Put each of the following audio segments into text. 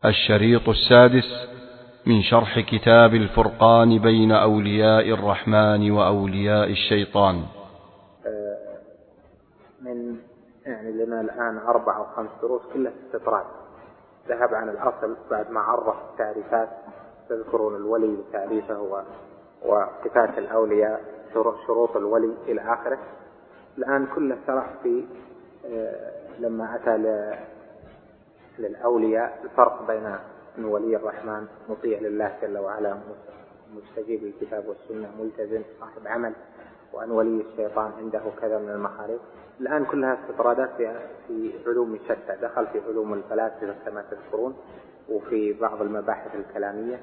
الشريط السادس من شرح كتاب الفرقان بين أولياء الرحمن وأولياء الشيطان. من لنا الآن 4 أو 5 دروس كلها استطراد، ذهب عن الأصل بعد ما عرف التعريفات. تذكرون الولي تعريفه وصفات الأولياء، شروط الولي إلى آخره. الآن كله شرح في لما أتى للأولياء الفرق بين أن ولي الرحمن مطيع لله جل وعلا، مستجيب للكتاب والسنة، ملتزم، صاحب عمل، وأن ولي الشيطان عنده كذا من المخالف. الآن كلها استطرادات في علوم شتى، دخل في علوم الفلاسفة كما تذكرون، وفي بعض المباحث الكلامية،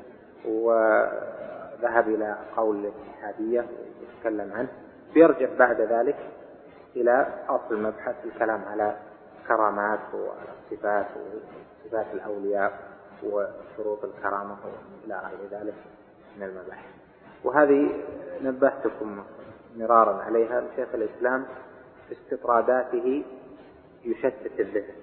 وذهب إلى قول الاتحادية ويتكلم عنه. بيرجع بعد ذلك إلى أصل المبحث، الكلام على كرامات والصفات وصفات الأولياء وشروط الكرامة إلى غير ذلك من المباحث. وهذه نبهتكم مرارا عليها. شيخ الإسلام في استطراداته يشتت الذهن،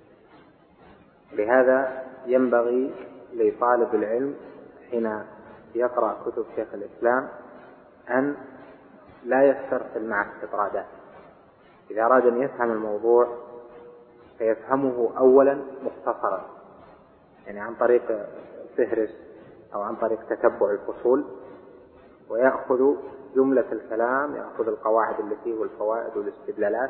لهذا ينبغي لطالب العلم حين يقرأ كتب شيخ الإسلام أن لا يسترسل مع استطرادات. إذا أراد أن يفهم الموضوع فيفهمه أولا مختصرا، يعني عن طريق فهرس أو عن طريق تتبع الفصول، ويأخذ جملة الكلام، يأخذ القواعد اللي فيه والفوائد والاستدلالات.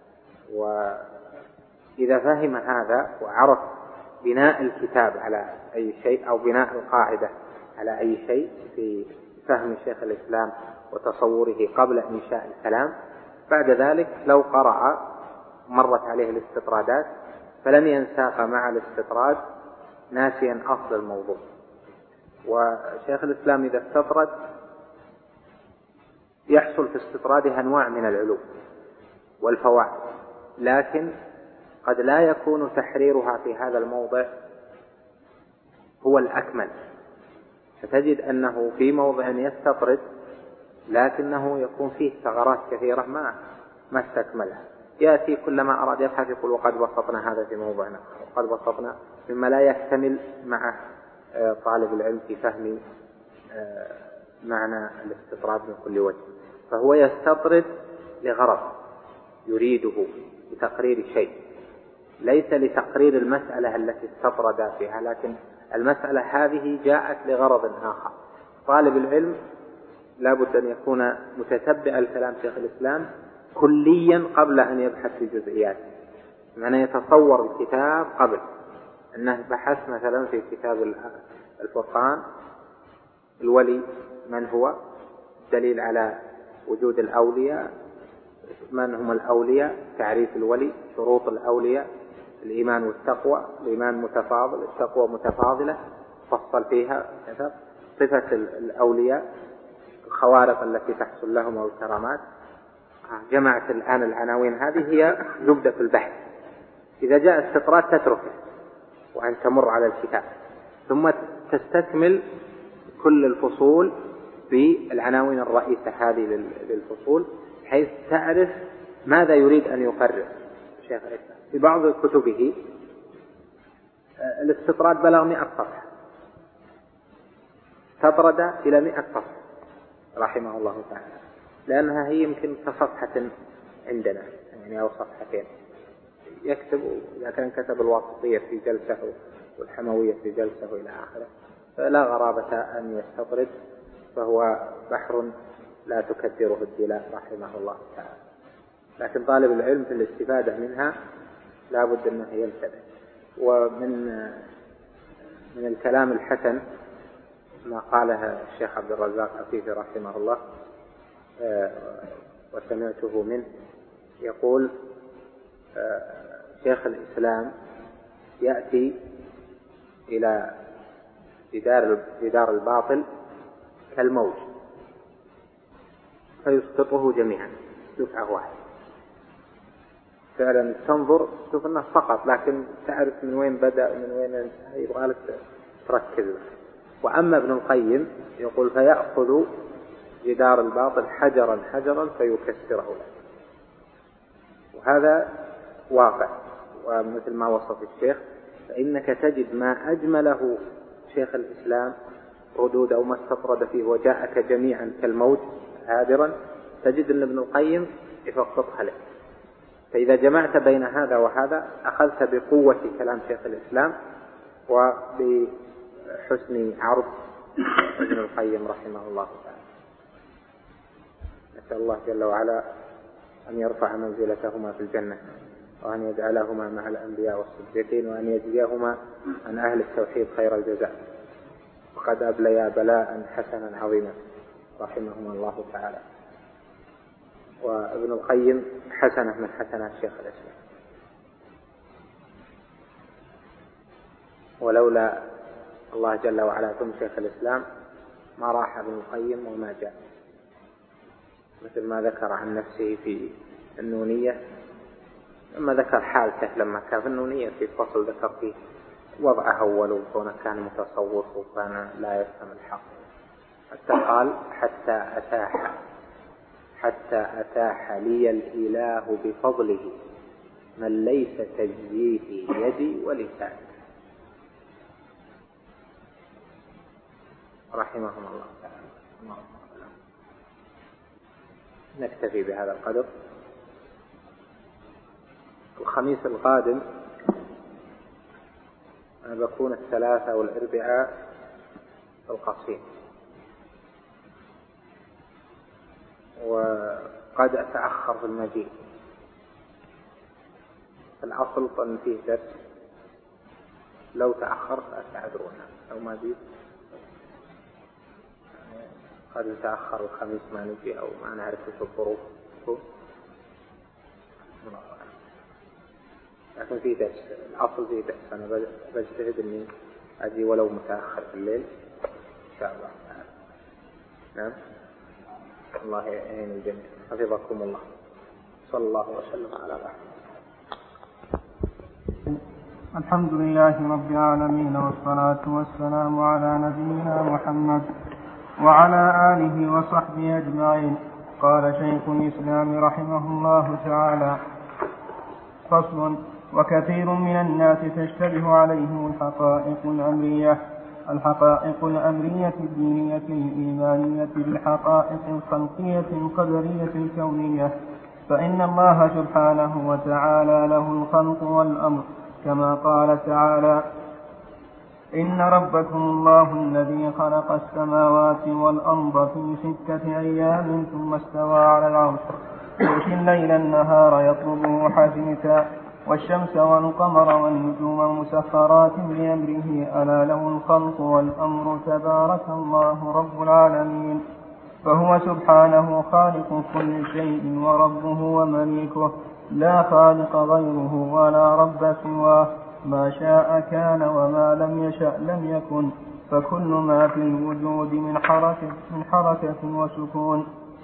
وإذا فهم هذا وعرف بناء الكتاب على أي شيء أو بناء القاعدة على أي شيء في فهم شيخ الإسلام وتصوره قبل إنشاء الكلام، بعد ذلك لو قرأ مرت عليه الاستطرادات فلن ينساق مع الاستطراد ناسيا أصل الموضوع. وشيخ الإسلام إذا استطرد يحصل في استطراده أنواع من العلوم والفوائد، لكن قد لا يكون تحريرها في هذا الموضع هو الأكمل، فتجد أنه في موضع يستطرد لكنه يكون فيه ثغرات كثيرة ما استكملها. يأتي كلما أراد يبحث يقول وقد بسطنا هذا في موضعنا، وقد بسطنا، مما لا يكتمل مع طالب العلم في فهم معنى الاستطراد من كل وجه. فهو يستطرد لغرض يريده لتقرير شيء، ليس لتقرير المسألة التي استطرد فيها، لكن المسألة هذه جاءت لغرض آخر. طالب العلم لا بد أن يكون متتبع الكلام شيخ الإسلام كليا قبل أن يبحث في جزئياته، معنى يتصور الكتاب قبل أنه بحث مثلا في كتاب الفرقان الولي من هو، دليل على وجود الأولياء، من هم الأولياء، تعريف الولي، شروط الأولياء، الإيمان والتقوى، الإيمان متفاضل، التقوى متفاضلة، فصل فيها صفة الأولياء، الخوارق التي تحصل لهم والكرامات. جمعت الآن العناوين هذه هي زبدة البحث. إذا جاء استطراد تتركه وأن تمر على الكتاب، ثم تستكمل كل الفصول بالعناوين الرئيسة هذه للفصول، حيث تعرف ماذا يريد أن يقرر شيخ الإسلام. في بعض كتبه الاستطراد بلغ 100 صفحة، استطرد إلى 100 صفحة رحمه الله تعالى، لأنها هي يمكن كصفحة عندنا يعني أو صفحتين. يكتب، إذا كان كتب الواسطية في جلسة والحموية في جلسة إلى آخره، فلا غرابة أن يستطرد، فهو بحر لا تكدره الدلاء رحمه الله تعالى. لكن طالب العلم في الاستفادة منها لا بد أنه ينتبه. ومن الكلام الحسن ما قاله الشيخ عبد الرزاق عفيفي رحمه الله، وسمعته منه يقول شيخ الإسلام يأتي إلى جدار الباطل كالموج فيسقطه جميعا دفعة واحدة. فعلا تنظر تشوف أنه سقط، لكن تعرف من وين بدأ من وين انتهى، يبغى لك تركز. وأما ابن القيم يقول فيأخذ جدار الباطل حجرا حجرا فيكسره له. وهذا واقع، ومثل ما وصف الشيخ فإنك تجد ما أجمله شيخ الإسلام ردود أو ما استطرد فيه وجاءك جميعا كالموج هادرا، تجد أن ابن القيم يفقطها لك. فإذا جمعت بين هذا وهذا أخذت بقوة كلام شيخ الإسلام وبحسن عرض ابن القيم رحمه الله تعالى. نسأل الله جل وعلا أن يرفع منزلتهما في الجنة، وأن يجعلهما مع الأنبياء والصديقين، وأن يجزيهما عن أهل التوحيد خير الجزاء، وقد أبليا بلاء حسنا عظيما رحمهما الله تعالى. وابن القيم حسنة من حسنات شيخ الإسلام، ولولا الله جل وعلا ثم شيخ الإسلام ما راح ابن القيم وما جاء، مثل ما ذكر عن نفسه في النونية لما ذكر حالته لما كان في النونية في فصل ذكر فيه وضعه أول وكونه كان متصوف وكان لا يفهم الحق، حتى قال حتى أتاح لي الإله بفضله من ليس تجزيه يدي ولساني، رحمهم الله تعالى. نكتفي بهذا القدر. الخميس القادم أنا بكون الثلاثاء والأربعاء في القصيم، وقد أتأخر في المجيء. الأصل أن فيه درس، لو تأخرت أستعذرونها، لو ما جيت قد نتأخر الخميس ما نجي أو ما نعرف شو الظروف، لكن في درس، الأصل في درس. أنا بجتهد إني أجي ولو متأخر في الليل إن شاء الله تعالى. نعم، الله يعين الجميع، حفظكم الله. صلى الله وسلم على رحمه. الحمد لله رب العالمين، والصلاة والسلام على نبينا محمد وعلى آله وصحبه أجمعين. قال شيخ الإسلام رحمه الله تعالى: فصل: وكثير من الناس تشتبه عليهم الحقائق الأمرية الدينية الإيمانية بالحقائق الخلقية القدرية الكونية، فإن الله سبحانه وتعالى له الخلق والأمر، كما قال تعالى: إن ربكم الله الذي خلق السماوات والأرض في 6 أيام ثم استوى على العرش يغشي الليل النهار يطلبه حثيثا والشمس والقمر والنجوم مسخرات بأمره ألا له الخلق والأمر تبارك الله رب العالمين. فهو سبحانه خالق كل شيء وربه ومليكه، لا خالق غيره ولا رب سواه. ما شاء كان وما لم يشأ لم يكن، فكل ما في الوجود من حركة وسكون،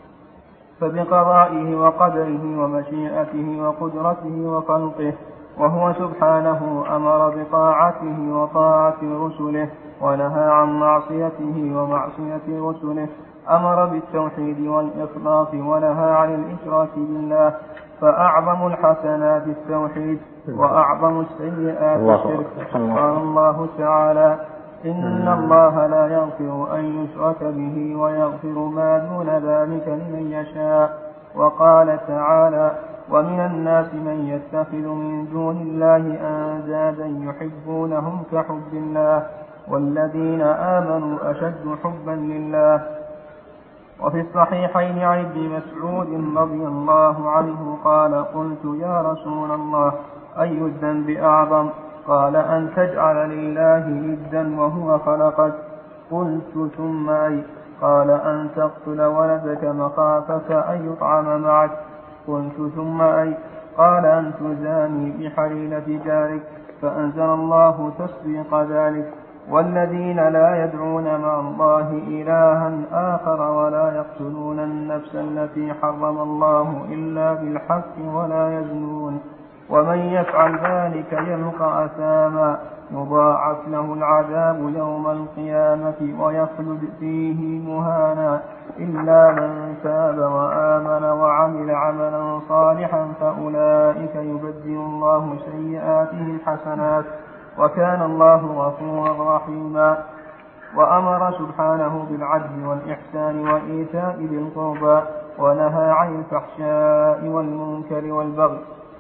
فبقضائه وقدره ومشيئته وقدرته وخلقه. وهو سبحانه أمر بطاعته وطاعة رسله، ونهى عن معصيته ومعصية رسله. أمر بالتوحيد والإخلاص ونهى عن الإشراك بالله، فأعظم الحسنات التوحيد وأعظم السيئات الشرك. قال الله تعالى: إن الله لا يغفر أن يشرك به ويغفر ما دون ذلك لمن يشاء. وقال تعالى: ومن الناس من يتخذ من دون الله أندادا يحبونهم كحب الله والذين آمنوا أشد حبا لله. وفي الصحيحين عن ابن مسعود رضي الله عنه قال: قلت يا رسول الله أي الذنب أعظم؟ قال: أن تجعل لله ندا وهو خلقك. قلت ثم أي؟ قال: أن تقتل ولدك مخافة أن يطعم معك. قلت ثم أي؟ قال: أن تزاني بحليلة جارك. فأنزل الله تصديق ذلك: والذين لا يدعون مع الله إلها آخر ولا يقتلون النفس التي حرم الله إلا بالحق ولا يزنون، ومن يفعل ذلك يلقى أثاما يضاعف له العذاب يوم القيامة ويخلد فيه مهانا، إلا من تاب وآمن وعمل عملا صالحا فأولئك يبدل الله سيئاتهم حسنات وكان الله غفورا رحيما. وأمر سبحانه بالعدل والإحسان وإيتاء ذي القربى ونهى عن الفحشاء والمنكر والبغي،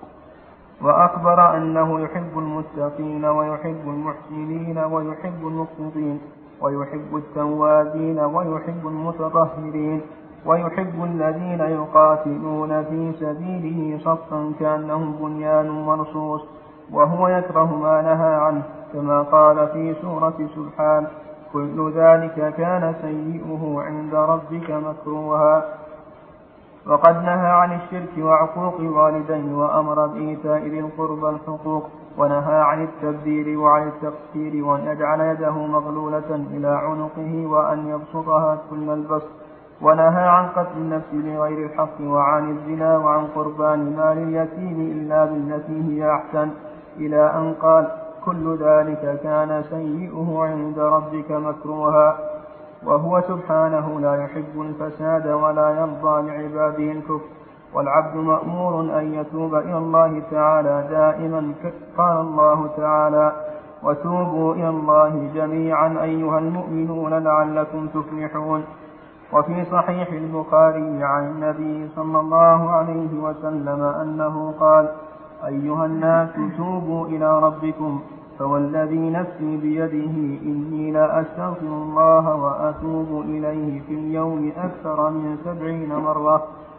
وأخبر أنه يحب المتقين ويحب المحسنين ويحب المقسطين ويحب التوابين ويحب المتطهرين ويحب الذين يقاتلون في سبيله صفا كأنهم بنيان مرصوص، وهو يكره ما نهى عنه كما قال في سورة سبحان: كل ذلك كان سيئه عند ربك مكروها. وقد نهى عن الشرك وعقوق الوالدين وأمر بإيتاء ذي القربى الحقوق، ونهى عن التبذير وعن التقصير وأن يجعل يده مغلولة إلى عنقه وأن يبسطها كل البسط، ونهى عن قتل النفس بغير الحق وعن الزنا وعن قربان مال اليتيم إلا بالتي هي أحسن، إلى أن قال: كل ذلك كان سيئه عند ربك مكروها. وهو سبحانه لا يحب الفساد ولا يرضى لعباده الكفر، والعبد مأمور أن يتوب إلى الله تعالى دائما. قال الله تعالى: وتوبوا إلى الله جميعا أيها المؤمنون لعلكم تفلحون. وفي صحيح البخاري عن النبي صلى الله عليه وسلم أنه قال: أيها الناس توبوا إلى ربكم، فوالذي نفسي بيده إني لا أستغفر الله وأتوب إليه في اليوم أكثر من 70 مرة.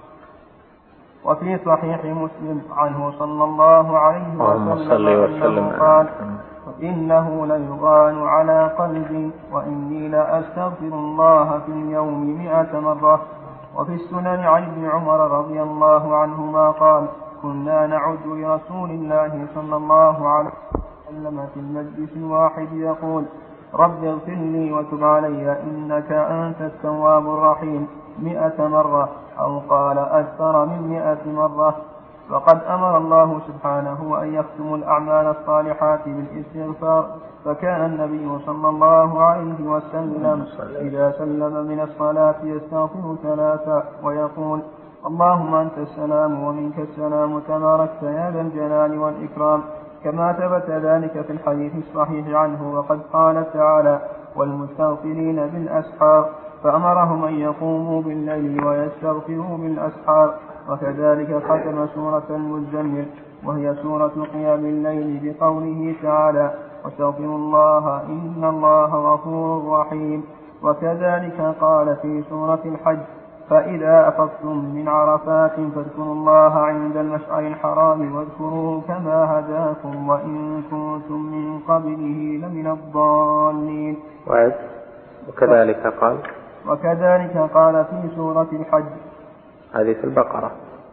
وفي صحيح مسلم عنه صلى الله عليه وسلم أنه قال: إنه ليغان على قلبي وإني لأستغفر الله في اليوم 100 مرة. وفي السنن عن ابن عمر رضي الله عنهما قال: كنا نعد لرسول الله صلى الله عليه وسلم في المجلس الواحد يقول: رب اغفر لي وتب علي إنك أنت التواب الرحيم 100 مرة، أو قال أكثر من 100 مرة. وقد أمر الله سبحانه أن يختم الأعمال الصالحات بالاستغفار، فكان النبي صلى الله عليه وسلم إذا سلم من الصلاة يستغفر 3 ويقول: اللهم أنت السلام ومنك السلام تباركت يا ذا الجلال والإكرام، كما ثبت ذلك في الحديث الصحيح عنه. وقد قال تعالى: والمستغفرين بالأسحار، فأمرهم أن يقوموا بالليل ويستغفروا بالأسحار. وكذلك ختم سورة المزمل وهي سورة قيام الليل بقوله تعالى: واستغفروا الله إن الله غفور رحيم. وكذلك قال في سورة الحج: فإذا أفضتم من عرفات فاذكروا الله عند المشعر الحرام واذكروه كما هداكم وإن كنتم من قبله لمن الضالين. وكذلك قال في سورة الحج. هذه في البقرة.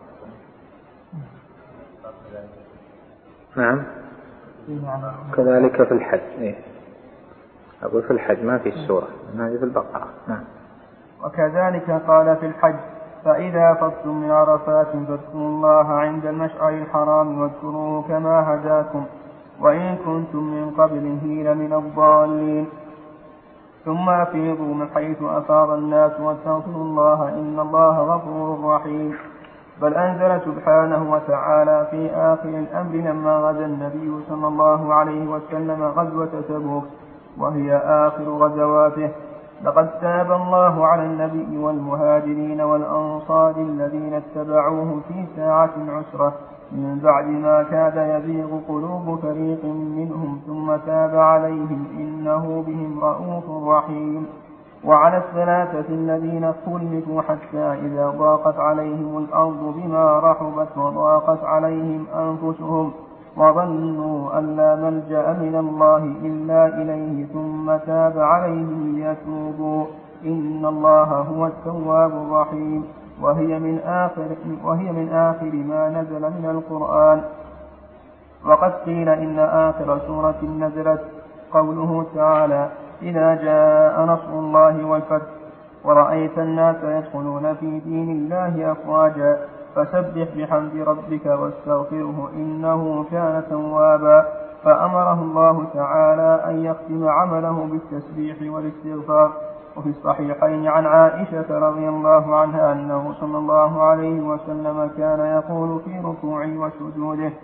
نعم. كذلك في الحج. أقول في الحج ما في السورة، هذه في البقرة. نعم. وكذلك قال في الحج: فإذا أفضتم من عرفات فاذكروا الله عند المشعر الحرام واذكروه كما هداكم وإن كنتم من قبله لمن الضالين. ثم أفيضوا من حيث أفاض الناس واستغفروا الله إن الله غفور رحيم. بل أنزل سبحانه وتعالى في آخر الأمر لما غزا النبي صلى الله عليه وسلم غزوة تبوك وهي آخر غزواته: لقد تاب الله على النبي والمهاجرين والأنصار الذين اتبعوه في ساعة العسرة من بعد ما كاد يزيغ قلوب فريق منهم ثم تاب عليهم إنه بهم رؤوف رحيم. وعلى الثلاثة الذين خلفوا حتى إذا ضاقت عليهم الأرض بما رحبت وضاقت عليهم أنفسهم وظنوا أن لا ملجأ من الله إلا إليه ثم تاب عليهم ليتوبوا إن الله هو التواب الرحيم. وهي من آخر ما نزل من القرآن. وقد قيل إن آخر سورة نزلت قوله تعالى: إذا جاء نصر الله والفتح ورأيت الناس يدخلون في دين الله أفواجا فسبح بحمد ربك واستغفره إنه كان توابا. فأمره الله تعالى أن يختم عمله بالتسبيح والاستغفار. وفي الصحيحين عن عائشة رضي الله عنها أنه صلى الله عليه وسلم كان يقول في ركوعه وسجوده: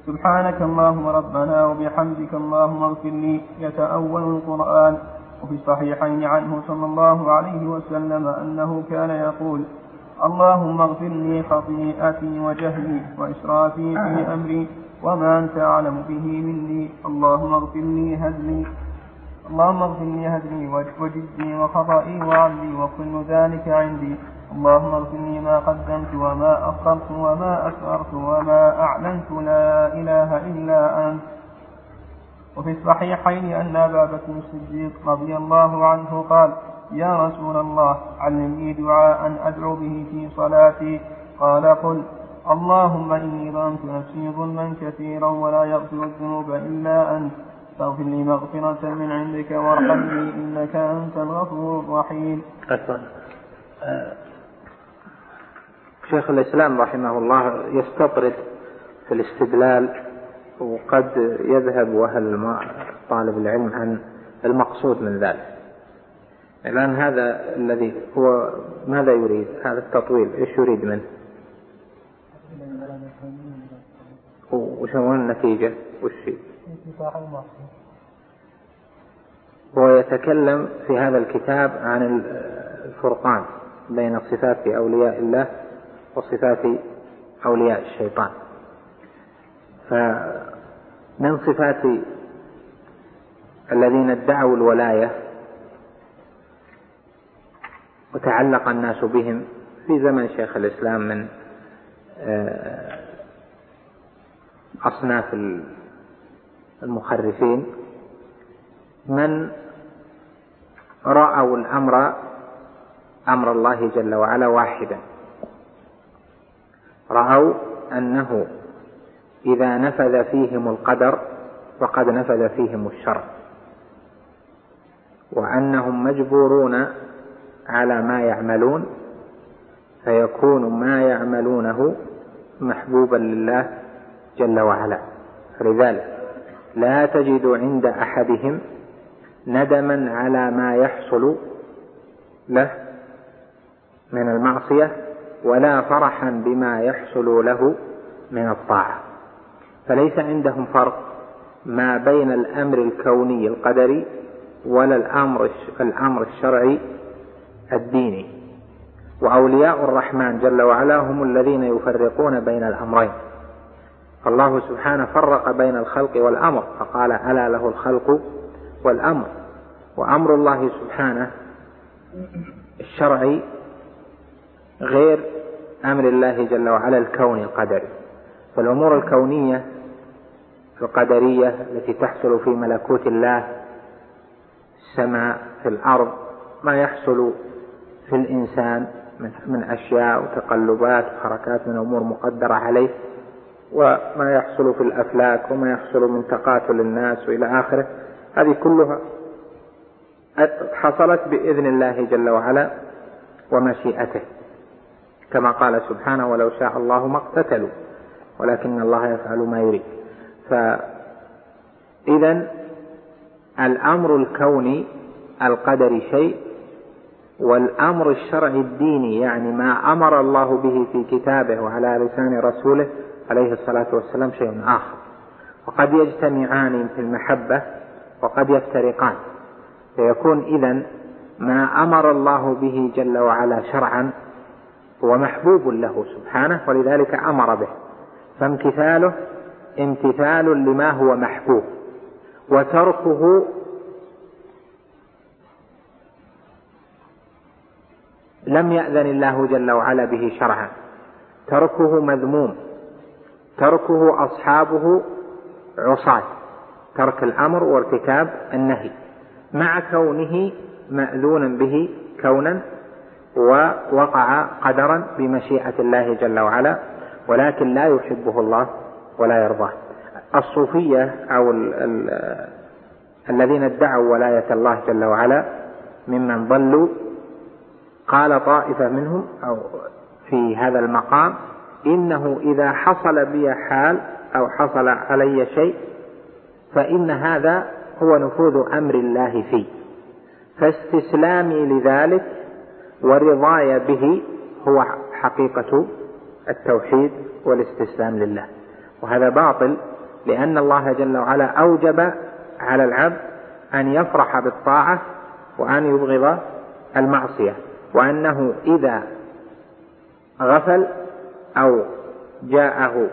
سبحانك اللهم ربنا وبحمدك اللهم اغفر لي يتأول القرآن. وفي الصحيحين عنه صلى الله عليه وسلم أنه كان يقول اللهم اغفر لي خطيئتي وجهلي وإسرافي في أمري وما أنت أعلم به مني. اللهم اغفر لي هزلي وجدي وخطئي وعمدي وكل ذلك عندي. اللهم اغفر لي ما قدمت وما أخرت وما أسررت وما أعلنت لا إله إلا أنت. وفي الصحيحين أن أبا بكر الصديق رضي الله عنه قال يا رسول الله علمني دعاء أدعو به في صلاتي. قال قل اللهم إني ظلمت نفسي ظلما كثيرا ولا يغفر الذنوب إلا أنت فاغفر لي مغفرة من عندك وارحمني إنك أنت الغفور الرحيم. شيخ الإسلام رحمه الله يستطرد في الاستدلال، وقد يذهب وهل طالب العلم عن المقصود من ذلك، لأن هذا الذي هو ماذا يريد؟ هذا التطويل إيش يريد منه؟ وش هو النتيجة؟ والشيء هو يتكلم في هذا الكتاب عن الفرقان بين صفات أولياء الله وصفات أولياء الشيطان. فمن صفات الذين ادعوا الولاية وتعلق الناس بهم في زمن شيخ الإسلام من أصناف المخرفين من رأوا أمر الله جل وعلا واحدا، رأوا أنه إذا نفذ فيهم القدر فقد نفذ فيهم الشرع، وأنهم مجبورون على ما يعملون فيكون ما يعملونه محبوبا لله جل وعلا. فلذلك لا تجد عند أحدهم ندما على ما يحصل له من المعصية ولا فرحا بما يحصل له من الطاعة. فليس عندهم فرق ما بين الأمر الكوني القدري ولا الأمر الشرعي الديني. وأولياء الرحمن جل وعلا هم الذين يفرقون بين الأمرين. فالله سبحانه فرق بين الخلق والأمر فقال ألا له الخلق والأمر. وأمر الله سبحانه الشرعي غير أمر الله جل وعلا الكوني القدري. فالأمور الكونية القدرية التي تحصل في ملكوت الله، السماء، في الأرض، ما يحصل في الإنسان من أشياء وتقلبات وحركات من أمور مقدرة عليه، وما يحصل في الأفلاك وما يحصل من تقاتل الناس وإلى آخره، هذه كلها حصلت بإذن الله جل وعلا ومشيئته، كما قال سبحانه ولو شاء الله ما اقتتلوا ولكن الله يفعل ما يريد. فإذن الأمر الكوني القدري شيء، والأمر الشرعي الديني يعني ما أمر الله به في كتابه وعلى لسان رسوله عليه الصلاة والسلام شيء آخر. وقد يجتمعان في المحبة وقد يفترقان، فيكون إذن ما أمر الله به جل وعلا شرعا هو محبوب له سبحانه ولذلك أمر به، فامتثاله امتثال لما هو محبوب، وتركه لم يأذن الله جل وعلا به شرعا، تركه مذموم، تركه أصحابه عصاة، ترك الأمر وارتكاب النهي مع كونه مأذونا به كونا ووقع قدرا بمشيئة الله جل وعلا، ولكن لا يحبه الله ولا يرضاه. الصوفية أو الذين ادعوا ولاية الله جل وعلا ممن ضلوا قال طائفة منهم أو في هذا المقام إنه إذا حصل بي حال أو حصل علي شيء فإن هذا هو نفوذ أمر الله فيه، فاستسلامي لذلك ورضاي به هو حقيقة التوحيد والاستسلام لله. وهذا باطل لأن الله جل وعلا أوجب على العبد أن يفرح بالطاعة وأن يبغض المعصية، وأنه إذا غفل أو جاءه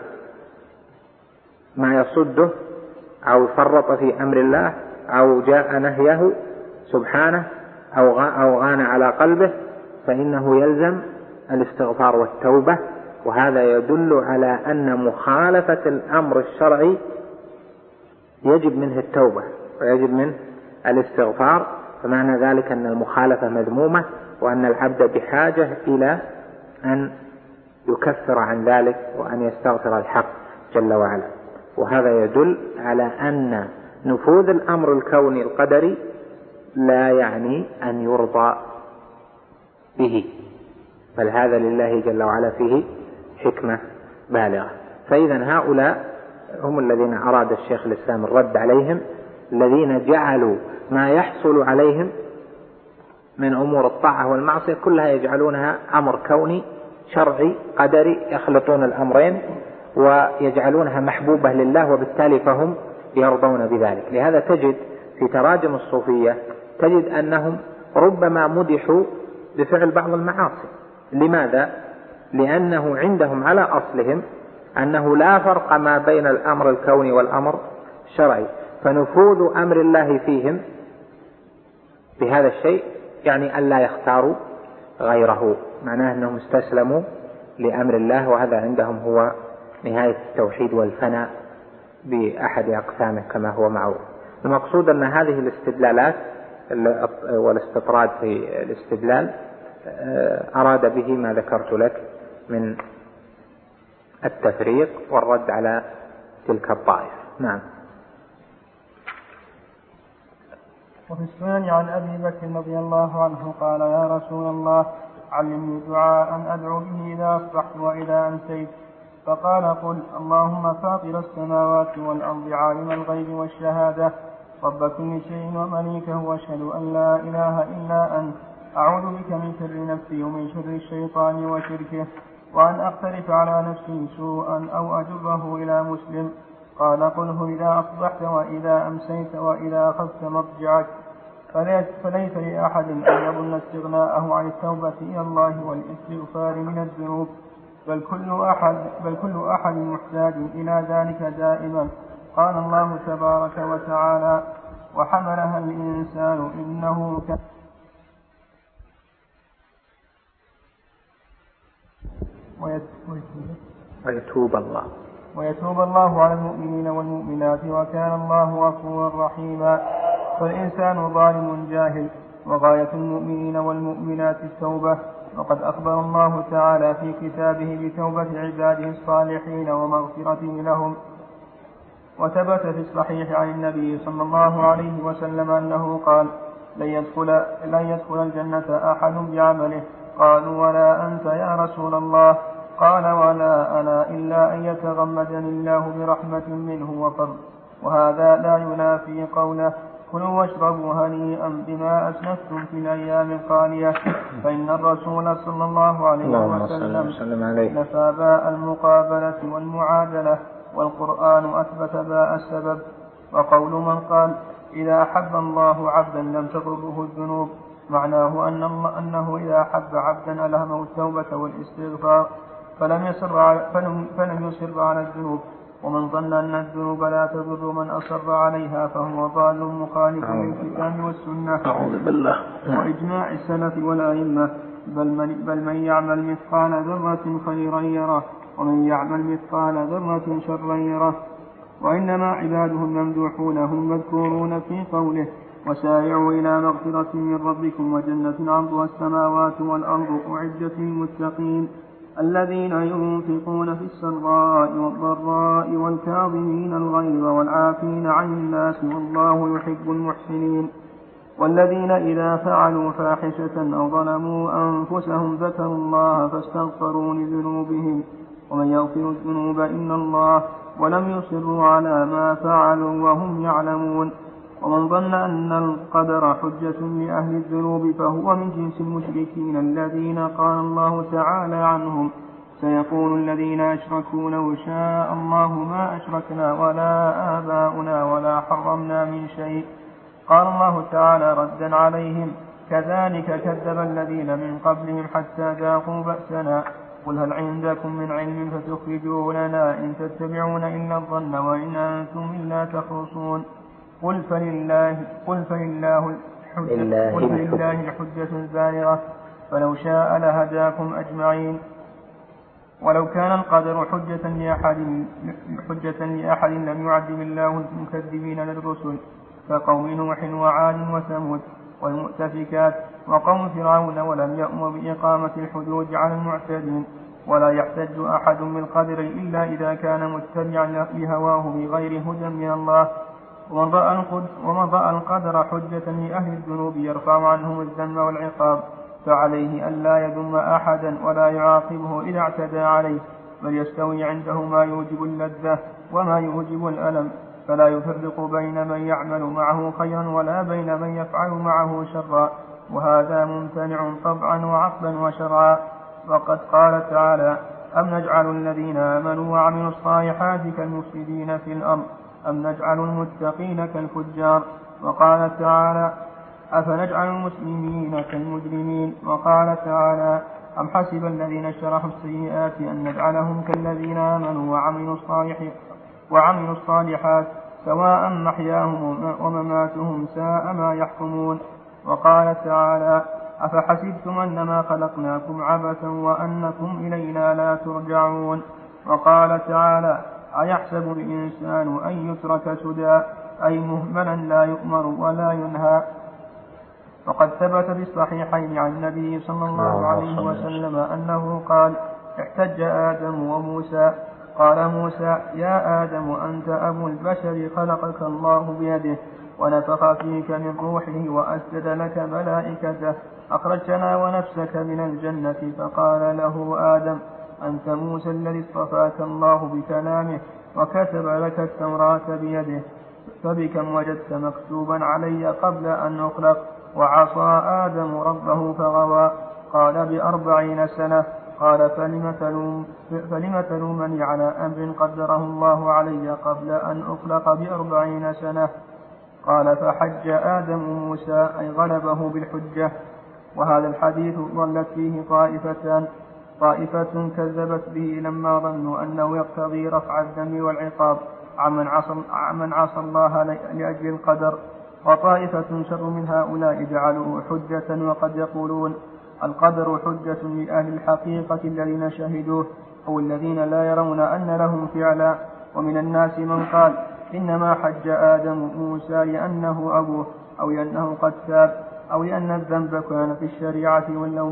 ما يصده أو فرط في أمر الله أو جاء نهيه سبحانه أو غان على قلبه فإنه يلزم الاستغفار والتوبة. وهذا يدل على أن مخالفة الأمر الشرعي يجب منه التوبة ويجب منه الاستغفار، فمعنى ذلك أن المخالفة مذمومة وأن العبد بحاجة إلى أن يكفر عن ذلك وأن يستغفر الحق جل وعلا. وهذا يدل على أن نفوذ الأمر الكوني القدري لا يعني أن يرضى به، بل هذا لله جل وعلا فيه حكمة بالغة. فإذا هؤلاء هم الذين أراد الشيخ الإسلام الرد عليهم، الذين جعلوا ما يحصل عليهم من أمور الطاعة والمعصية كلها يجعلونها أمر كوني شرعي قدري، يخلطون الأمرين ويجعلونها محبوبة لله، وبالتالي فهم يرضون بذلك. لهذا تجد في تراجم الصوفية تجد أنهم ربما مدحوا بفعل بعض المعاصي. لماذا؟ لأنه عندهم على أصلهم أنه لا فرق ما بين الأمر الكوني والأمر الشرعي، فنفوذ أمر الله فيهم بهذا الشيء يعني أن لا يختاروا غيره، معناه أنهم استسلموا لأمر الله، وهذا عندهم هو نهاية التوحيد والفناء بأحد أقسامه كما هو معروف. المقصود أن هذه الاستدلالات والاستطراد في الاستدلال أراد به ما ذكرت لك من التفريق والرد على تلك الطائفة. نعم. وفي السنن عن أبي بكر رضي الله عنه قال: يا رسول الله علمني دعاء أدعو به إذا أصبحت وإذا أمسيت. فقال: قل اللهم فاطر السماوات والأرض عالم الغيب والشهادة رب كل شيء ومليكه واشهد أن لا إله إلا أنت أعوذ بك من شر نفسي ومن شر الشيطان وشركه وأن أقترف على نفسي سوءا أو أجره إلى مسلم. قال: قله إذا أصبحت وإذا أمسيت وإذا أخذت مضجعك. فليس لأحد أن يظن استغناءه عن التوبة إلى الله والاستغفار من الذنوب، بل كل أحد محتاج إلى ذلك دائما. قال الله تبارك وتعالى: وحملها الإنسان إنه كان ويتوب الله على المؤمنين والمؤمنات وكان الله غفورا رحيما. فالإنسان ظالم جاهل، وغاية المؤمنين والمؤمنات التوبة، وقد أخبر الله تعالى في كتابه بتوبة عباده الصالحين ومغفرته لهم. وثبت في الصحيح عن النبي صلى الله عليه وسلم أنه قال: لن يدخل الجنة أحد بعمله. قالوا: ولا أنت يا رسول الله؟ قال: ولا أنا إلا أن يتغمدني الله برحمة منه وفضل. وهذا لا ينافي قوله: كلوا واشربوا وهنيئا بما أسلفتم في الأيام الخالية. فإن الرسول صلى الله عليه وسلم نفى باء المقابلة والمعادلة، والقرآن أثبت باء السبب. وقول من قال: إذا أحب الله عبدا لم تضره الذنوب، معناه أنه إذا أحب عبدا ألهمه التوبة والاستغفار فلم يصر على الذنوب. ومن ظن أن الذنوب لا تضر من أصر عليها فهو ضال مخالف للكتاب والسنة وإجماع السلف والأئمة. بل من يعمل مثقال ذرة خيرا يره، ومن يعمل مثقال ذرة شرا يره. وإنما عباده الممدوحون هم مذكورون في قوله: وسارعوا إلى مغفرة من ربكم وجنة عرضها السماوات والأرض أعدت للمتقين الذين ينفقون في السراء والضراء والكاظمين الغيظ والعافين عن الناس والله يحب المحسنين. والذين إذا فعلوا فاحشة أو ظلموا أنفسهم ذكروا الله فاستغفروا لذنوبهم ومن يغفر الذنوب إلا الله ولم يصروا على ما فعلوا وهم يعلمون. ومن ظن أن القدر حجة لأهل الذنوب فهو من جنس المشركين الذين قال الله تعالى عنهم: سيقول الذين أشركوا لو شاء الله ما أشركنا ولا آباؤنا ولا حرمنا من شيء. قال الله تعالى ردا عليهم: كذلك كذب الذين من قبلهم حتى ذاقوا بأسنا. قل هل عندكم من علم فتخرجوه لنا إن تتبعون إلا الظن وإن أنتم إلا تخرصون. قل فلله الحجة البالغة فلو شاء لهداكم أجمعين. ولو كان القدر حجة لأحد لم يعذب الله المكذبين للرسل كقوم نوح وعاد وثمود والمؤتفكات وقوم فرعون، ولم يأمر بإقامة الحدود على المعتدين. ولا يحتج أحد بالقدر إلا إذا كان متبعا لهواه بغير هدى من الله. ومن رأى القدر حجة لأهل الذنوب يرفع عنهم الذنب والعقاب، فعليه أن لا يذم أحدا ولا يعاقبه إذا اعتدى عليه، بل يستوي عنده ما يوجب اللذة وما يوجب الألم، فلا يفرق بين من يعمل معه خيرا ولا بين من يفعل معه شرا، وهذا ممتنع طبعا وعقلا وشرعا. وقد قال تعالى: أم نجعل الذين آمنوا وعملوا الصالحات كالمفسدين في الأرض أم نجعل المتقين كالفجار. وقال تعالى: أفنجعل المسلمين كالمجرمين. وقال تعالى: أم حسب الذين اشترحوا السيئات أن نجعلهم كالذين آمنوا وعملوا الصالحات سواء محياهم ومماتهم ساء ما يحكمون. وقال تعالى: أفحسبتم أنما خلقناكم عبثا وأنكم إلينا لا ترجعون. وقال تعالى: أيحسب الإنسان أن يترك سدى، أي مهملا لا يؤمر ولا ينهى. وقد ثبت في الصحيحين عن النبي صلى الله عليه وسلم أنه قال: احتج آدم وموسى، قال موسى: يا آدم أنت أبو البشر، خلقك الله بيده ونفخ فيك من روحه وأسجد لك ملائكته، أخرجتنا ونفسك من الجنة. فقال له آدم: أنت موسى الذي اصطفاك الله بكلامه وكتب لك التوراة بيده، فبكم وجدت مكتوبا علي قبل أن أخلق؟ وعصى آدم ربه فغوى. قال: ب40 سنة. قال: فلم تلومني على أمر قدره الله علي قبل أن أخلق ب40 سنة؟ قال: فحج آدم موسى، أي غلبه بالحجة. وهذا الحديث ضلت فيه طائفة كذبت به لما ظنوا أنه يقتضي رفع الذنب والعقاب عمن عصى الله لأجل القدر. وطائفة شر من هؤلاء جعلوه حجة، وقد يقولون: القدر حجة لأهل الحقيقة الذين شهدوه أو الذين لا يرون أن لهم فعلا. ومن الناس من قال: إنما حج آدم موسى لأنه أبوه، أو لأنه قد تاب، أو لأن الذنب كان في الشريعة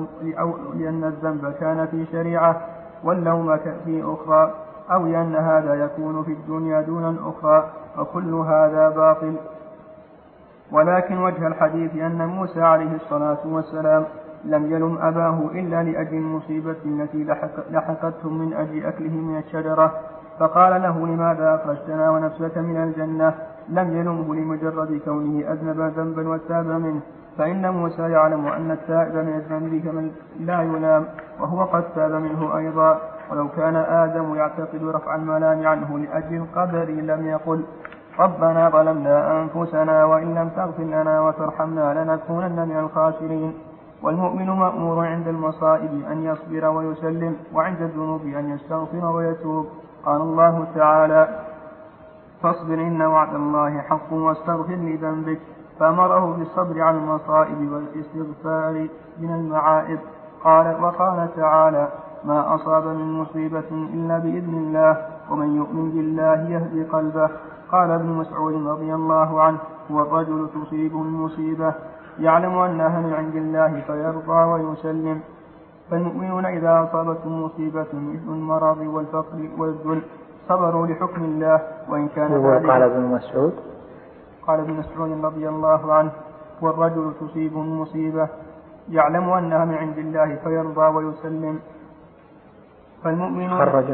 واللوم في أخرى، أو لأن هذا يكون في الدنيا دون الأخرى، وكل هذا باطل. ولكن وجه الحديث أن موسى عليه الصلاة والسلام لم يلم أباه إلا لأجل المصيبة التي لحقتهم من أجل أكله من الشجرة، فقال له: لماذا أخرجتنا ونفسك من الجنة؟ لم يلمه لمجرد كونه أذنب ذنبا وتاب منه، فإن موسى يعلم أن التائب من الذنب كمن لا يلام، وهو قد تاب منه أيضا. ولو كان آدم يعتقد رفع الملام عنه لأجل القدر لم يقل: ربنا ظلمنا أنفسنا وإن لم تغفر لنا وترحمنا لنكونن من الخاسرين. والمؤمن مأمور عند المصائب أن يصبر ويسلم، وعند الذنوب أن يستغفر ويتوب. قال الله تعالى: فاصبر إن وعد الله حق واستغفر لذنبك، فأمره بالصبر على المصائب والاستغفار من المعائب. وقال تعالى: ما أصاب من مصيبة إلا بإذن الله، ومن يؤمن بالله يهدي قلبه. قال ابن مسعود رضي الله عنه: هو الرجل تصيبه المصيبة يعلم أنها من عند الله فيرضى ويسلم. فالمؤمنون إذا أصابتهم مصيبة مثل المرض والفقر والذل صبروا لحكم الله، وإن كان ذلك. قال ابن مسعود رضي الله عنه: هو الرجل تصيبه المصيبة يعلم أنها من عند الله فيرضى ويسلم. فالمؤمنون خرج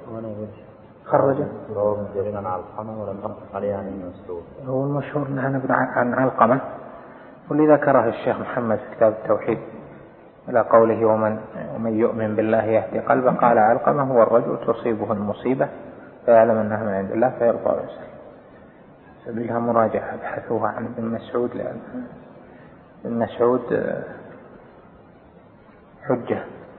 هو المشهور عن علقمة، واللي ذكره الشيخ محمد في كتاب التوحيد إلى قوله: ومن ومن يؤمن بالله يهدي قلبه. قال علقمة: هو الرجل تصيبه المصيبة فيعلم أنها من عند الله فيرضى ويسلم. سبيلها مراجعة، ابحثوها عن ابن مسعود، لأن ابن مسعود حجة.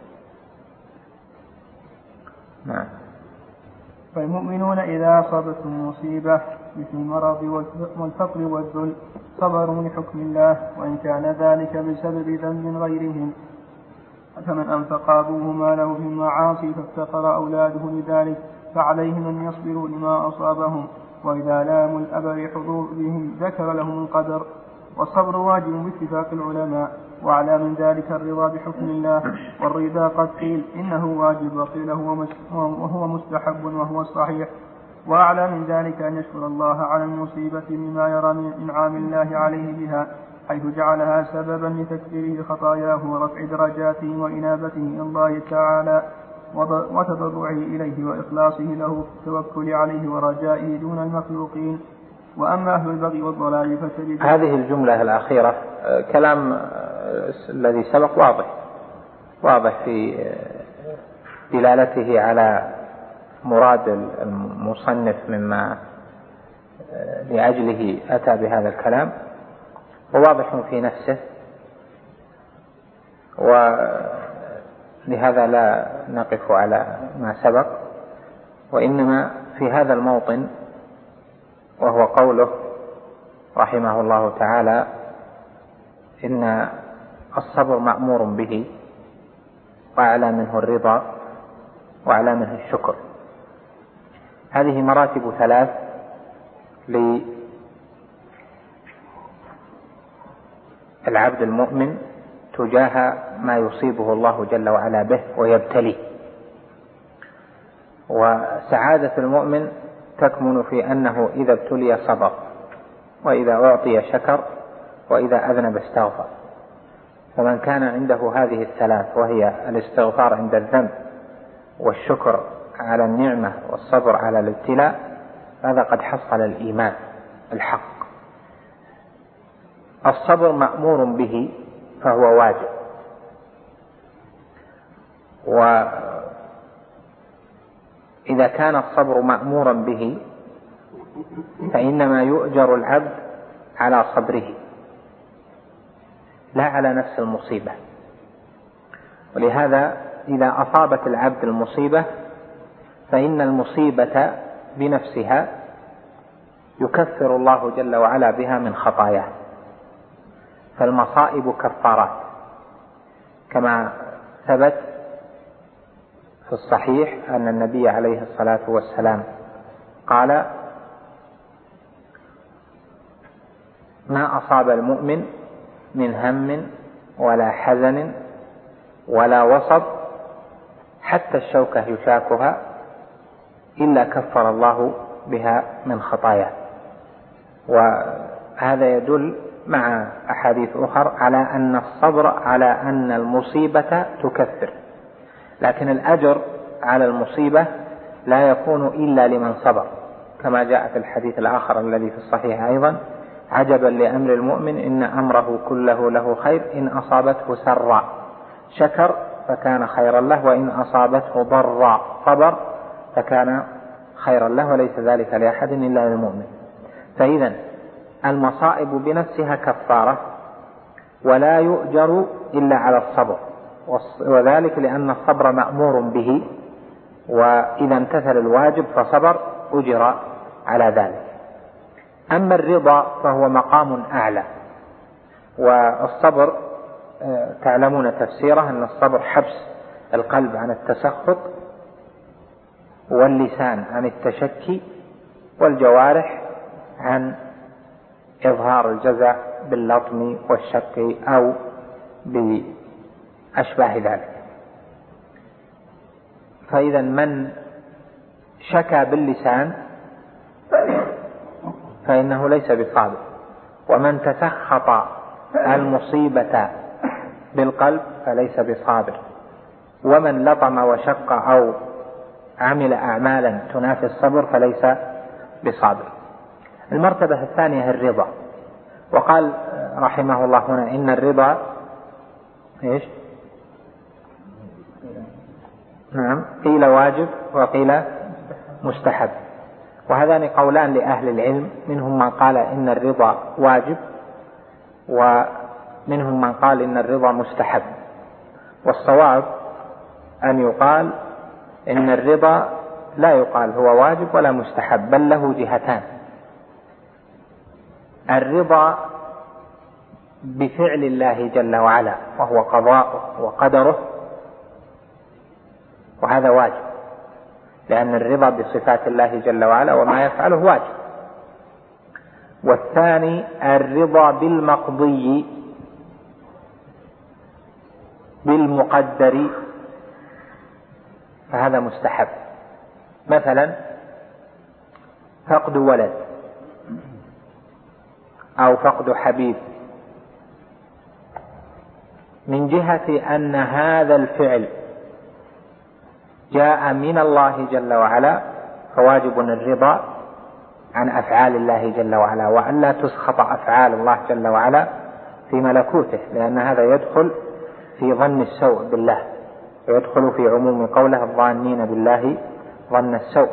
نعم. فالمؤمنون إذا أصابتهم مصيبة مثل المرض والفقر والذل صبروا لحكم الله، وإن كان ذلك بسبب ذنب غيرهم. فمن أنفق أبوه ماله في المعاصي فافتقر أولاده لذلك فعليهم أن يصبروا لما أصابهم، وإذا لاموا الأب لحضورهم ذكر لهم القدر. والصبر واجب باتفاق العلماء، وعلى من ذلك الرضا بحكم الله. والرضا قد قيل إنه واجب، وقيل وهو مستحب وهو الصحيح. وأعلى من ذلك أن يشكر الله على المصيبة بما يرى من إنعام الله عليه بها، حيث جعلها سببا لتكفيره خطاياه ورفع درجاته وإنابته إلى الله تعالى وتضرعه إليه وإخلاصه له في التوكل عليه ورجائه دون المخلوقين. وأما أهل البغي والضلال فتجد هذه الجملة الأخيرة كلام الذي سبق واضح في دلالته على مراد المصنف مما لأجله أتى بهذا الكلام، وواضح في نفسه، ولهذا لا نقف على ما سبق، وإنما في هذا الموطن وهو قوله رحمه الله تعالى: إن الصبر مأمور به، وأعلى منه الرضا، وأعلى منه الشكر. هذه مراتب ثلاث للعبد المؤمن تجاه ما يصيبه الله جل وعلا به ويبتليه. وسعادة المؤمن تكمن في أنه إذا ابتلي صبر، وإذا أعطي شكر، وإذا أذنب استغفر. ومن كان عنده هذه الثلاث، وهي الاستغفار عند الذنب، والشكر على النعمة، والصبر على الابتلاء، هذا قد حصل الإيمان الحق. الصبر مأمور به فهو واجب، وإذا كان الصبر مأمورا به فإنما يؤجر العبد على صبره لا على نفس المصيبة. ولهذا إذا أصابت العبد المصيبة فإن المصيبة بنفسها يكفر الله جل وعلا بها من خطاياه. فالمصائب كفارات، كما ثبت في الصحيح أن النبي عليه الصلاة والسلام قال: ما أصاب المؤمن من هم ولا حزن ولا وصب حتى الشوكة يشاكها إلا كفر الله بها من خطاياه. وهذا يدل مع أحاديث أخرى على أن الصبر على أن المصيبة تكفر، لكن الأجر على المصيبة لا يكون إلا لمن صبر، كما جاء في الحديث الآخر الذي في الصحيح أيضا: عجبا لأمر المؤمن إن أمره كله له خير، إن أصابته سرا شكر فكان خيرا له، وإن أصابته ضرا صبر فكان خيرا له، وليس ذلك لأحد إلا للمؤمن. فإذا المصائب بنفسها كفارة، ولا يؤجر إلا على الصبر، وذلك لأن الصبر مأمور به، وإذا امتثل الواجب فصبر أجر على ذلك. أما الرضا فهو مقام أعلى، والصبر تعلمون تفسيره أن الصبر حبس القلب عن التسخط، واللسان عن التشكي، والجوارح عن إظهار الجزع باللطم والشك أو بأشباه ذلك. فإذا من شكى باللسان فإنه ليس بصابر، ومن تسخط المصيبة بالقلب فليس بصابر، ومن لطم وشق أو عمل أعمالا تنافي الصبر فليس بصابر. المرتبة الثانية الرضا، وقال رحمه الله هنا إن الرضا نعم، قيل واجب وقيل مستحب، وهذان قولان لأهل العلم، منهم من قال إن الرضا واجب، ومنهم من قال إن الرضا مستحب. والصواب أن يقال إن الرضا لا يقال هو واجب ولا مستحب، بل له جهتان: الرضا بفعل الله جل وعلا وهو قضاءه وقدره، وهذا واجب، لأن الرضا بصفات الله جل وعلا وما يفعله واجب. والثاني الرضا بالمقضي بالمقدر، فهذا مستحب. مثلا فقد ولد أو فقد حبيب، من جهة أن هذا الفعل جاء من الله جل وعلا فواجب الرضا عن أفعال الله جل وعلا، وأن لا تسخط أفعال الله جل وعلا في ملكوته، لأن هذا يدخل في ظن السوء بالله، ويدخل في عموم قوله الظانين بالله ظن السوء.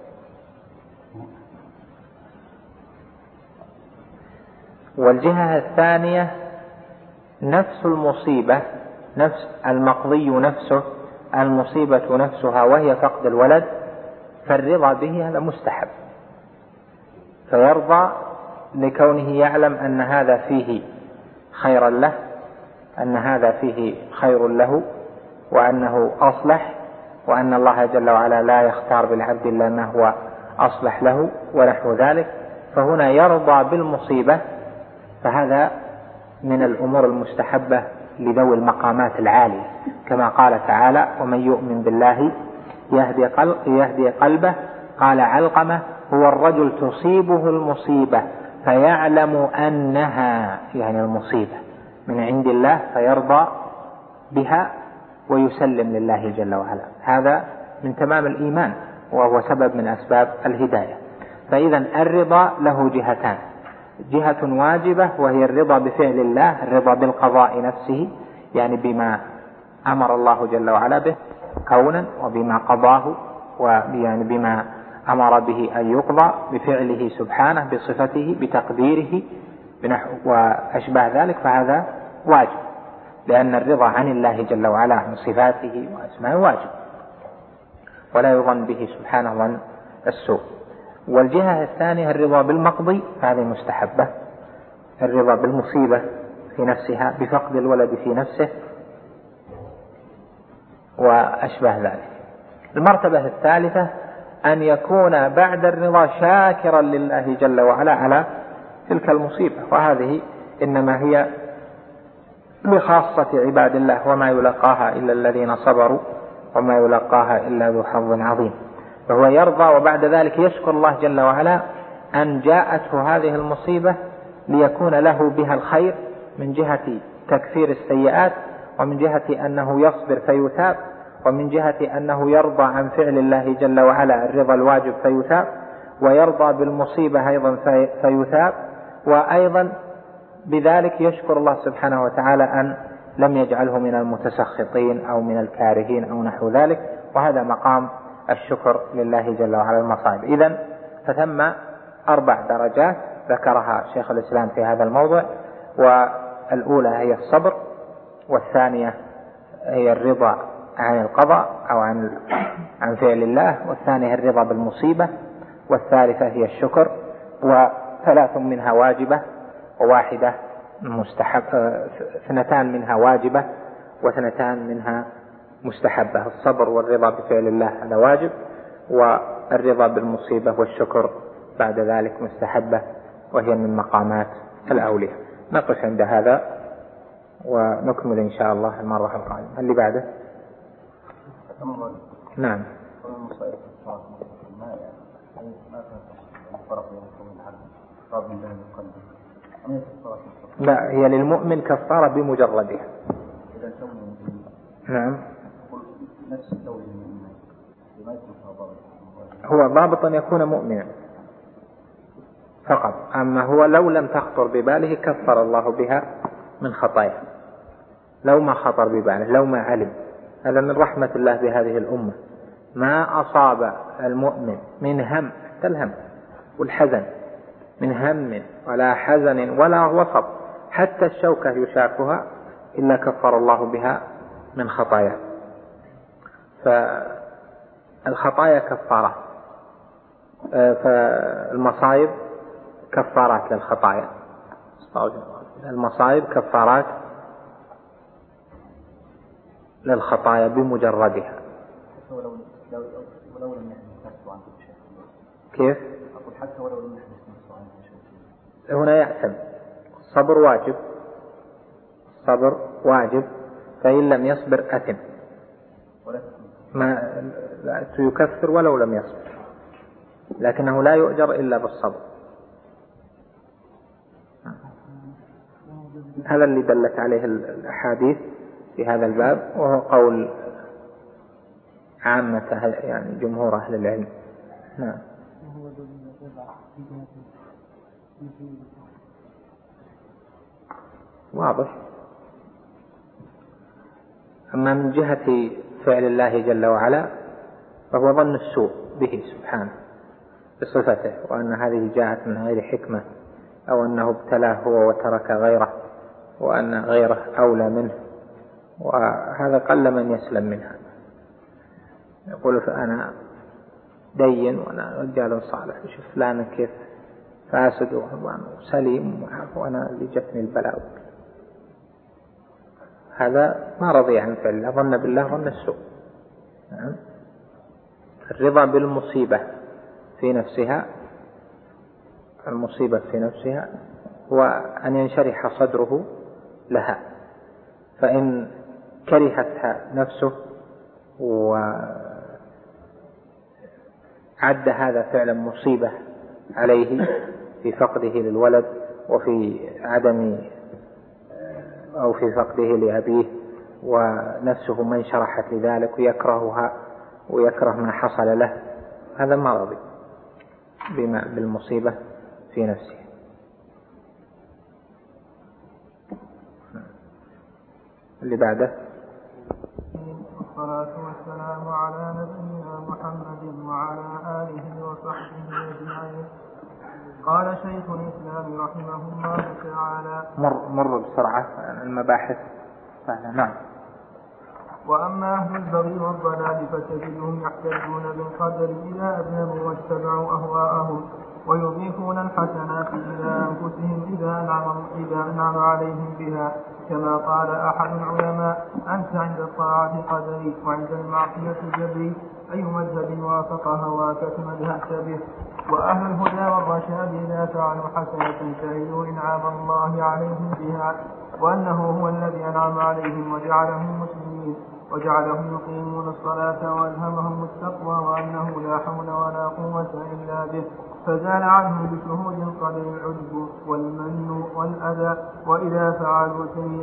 والجهة الثانية نفس المصيبة، نفس المقضي نفسه، المصيبة نفسها وهي فقد الولد، فالرضا به هذا مستحب، فيرضى لكونه يعلم أن هذا فيه خيرا له، أن هذا فيه خير له، وأنه أصلح، وأن الله جل وعلا لا يختار بالعبد إلا ما هو أصلح له ونحو ذلك، فهنا يرضى بالمصيبة، فهذا من الأمور المستحبة لذوي المقامات العالية، كما قال تعالى: ومن يؤمن بالله يهدي قلبه. قال علقمة: هو الرجل تصيبه المصيبة فيعلم أنها، يعني المصيبة من عند الله، فيرضى بها ويسلم لله جل وعلا. هذا من تمام الإيمان، وهو سبب من أسباب الهداية. فإذا الرضا له جهتان: جهة واجبة وهي الرضا بفعل الله، الرضا بالقضاء نفسه، يعني بما أمر الله جل وعلا به كونا، وبما قضاه، ويعني بما أمر به أن يقضى بفعله سبحانه، بصفته، بتقديره، وأشبه ذلك، فهذا واجب، لأن الرضا عن الله جل وعلا عن صفاته وأسمائه واجب، ولا يظن به سبحانه ظن السوء. والجهة الثانية الرضا بالمقضي، فهذه مستحبة: الرضا بالمصيبة في نفسها، بفقد الولد في نفسه، وأشبه ذلك. المرتبة الثالثة أن يكون بعد الرضا شاكرا لله جل وعلا على تلك المصيبة، وهذه إنما هي لخاصة عباد الله، وما يلقاها إلا الذين صبروا وما يلقاها إلا ذو حظ عظيم. فهو يرضى وبعد ذلك يشكر الله جل وعلا أن جاءته هذه المصيبة ليكون له بها الخير، من جهة تكفير السيئات، ومن جهة أنه يصبر فيثاب، ومن جهة أنه يرضى عن فعل الله جل وعلا الرضا الواجب فيثاب، ويرضى بالمصيبة أيضا فيثاب، وأيضا بذلك يشكر الله سبحانه وتعالى أن لم يجعله من المتسخطين أو من الكارهين أو نحو ذلك، وهذا مقام الشكر لله جل وعلا المصائب. إذن فثم 4 درجات ذكرها شيخ الإسلام في هذا الموضع، والأولى هي الصبر، والثانية هي الرضا عن القضاء أو عن فعل الله، والثانية الرضا بالمصيبة، والثالثة هي الشكر، و3 منها واجبة وواحدة مستحب، 2 منها واجبة و2 منها مستحبة: الصبر والرضا بفعل الله هذا واجب، والرضا بالمصيبة والشكر بعد ذلك مستحبة، وهي من مقامات الأولياء. نقف عند هذا ونكمل إن شاء الله المرة القادمة. اللي بعده. نعم. لا، هي للمؤمن كفارة بمجردها. نعم. هو ضابط أن يكون مؤمنا فقط، أما هو لو لم تخطر بباله كفر الله بها من خطايا، لو ما خطر بباله، لو ما علم هذا من رحمة الله بهذه الأمة. ما أصاب المؤمن من هم، حتى الهم والحزن، من هم ولا حزن ولا وصب، حتى الشوكة يشاكها، إلا كفر الله بها من خطاياه. فالخطايا كفارة، فالمصائب كفارات للخطايا، المصائب كفارات للخطايا بمجردها. كيف؟ أقول حتى ولو لم يحدث نفسه عنه شيء. هنا يأثم. الصبر واجب، الصبر واجب، فإن لم يصبر أثم، ما يكفر ولو لم يصبر، لكنه لا يؤجر إلا بالصبر. هذا اللي دلت عليه الأحاديث في هذا الباب، وهو قول عامة يعني جمهور أهل العلم. نعم. واضح. أما من جهة فعل الله جل وعلا فهو ظن السوء به سبحانه بصفته، وأن هذه جاءت من غير حكمة، أو أنه ابتلاه هو وترك غيره، وأن غيره أولى منه، وهذا قل من يسلم منها. يقول فأنا دين وأنا رجال صالح، وشوف فلان كيف فاسد وسليم وأنا اللي جتني البلاء. هذا ما رضي عن فعل الله، ظن بالله ظن السوء. الرضا بالمصيبة في نفسها، المصيبة في نفسها هو أن ينشرح صدره لها، فإن كرهتها نفسه وعد هذا فعلا مصيبة عليه في فقده للولد، وفي عدم أو في فقده لأبيه، ونفسه ما انشرحت لذلك ويكرهها ويكره ما حصل له، هذا ما رضي بالمصيبة في نفسه. اللي بعده. والصلاة والسلام على نبينا محمد وعلى آله وصحبه أجمعين. قال شيخ الإسلام رحمه الله تعالى. مر بسرعة المباحث. نعم. وأما أهل البغي والضلال فتجدهم يحتجون بالقدر إذا أذنبوا واتبعوا أهواءهم، ويضيفون الحسنات إلى أنفسهم إذا أنعم عليهم بها، كما قال أحد العلماء: أنت عند الطاعة قدري وعند المعصية جبري، أي مذهب وافق هواك تمذهبت به. وأهل الهدى والرشاد إذا فعلوا حسنة شهدوا إنعام الله عليهم بها، وأنه هو الذي أنعم عليهم وجعلهم مسلمين، وجعلهم يقيمون الصلاة وألهمهم التقوى، وأنه لا حول ولا قوة إلا به، فزال عنهم بشهود القدر العجب والمن والأذى. وإذا فعلوا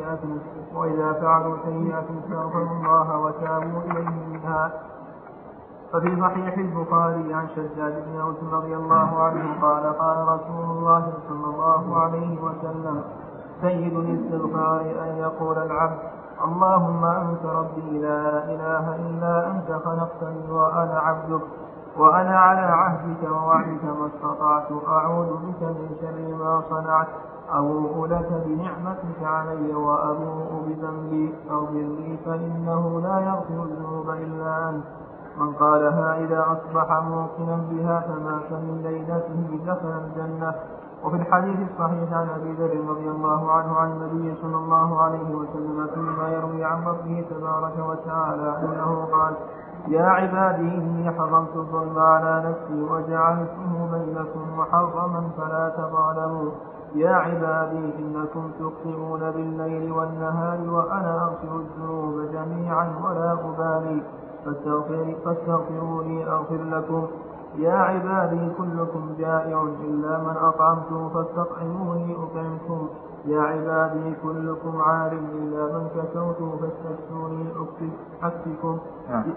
سيئة استغفروا الله وتابوا إليه منها. ففي صحيح البخاري عن شداد بن أوس رضي الله عنه قال: قال رسول الله صلى الله عليه وسلم: سيد الاستغفار أن يقول العبد: اللهم أنت ربي لا إله إلا أنت، خلقتني وأنا عبدك، وأنا على عهدك ووعدك ما استطعت، أعوذ بك من شر ما صنعت، أبوء لك بنعمتك علي وأبوء بذنبي، فاغفر لي فإنه لا يغفر الذنوب إلا أنت. من قالها إذا أصبح موقنا بها فمات من ليلته دخل الجنة. وفي الحديث الصحيح عن أبي ذر رضي الله عنه عن النبي صلى الله عليه وسلم فيما يروي عن ربه تبارك وتعالى أنه قال: يا عبادي إني حرمت الظلم على نفسي وجعلته بينكم محرما فلا تظالموا. يا عبادي إنكم تخطئون بالليل والنهار وأنا أغفر الذنوب جميعا ولا أبالي، فاستغفروني أغفر لكم. يا عبادي كلكم جائع إلا من أطعمته فاستطعموني أطعمكم. يا عبادي كلكم عار إلا من كسوته فاستكسوني أكسكم.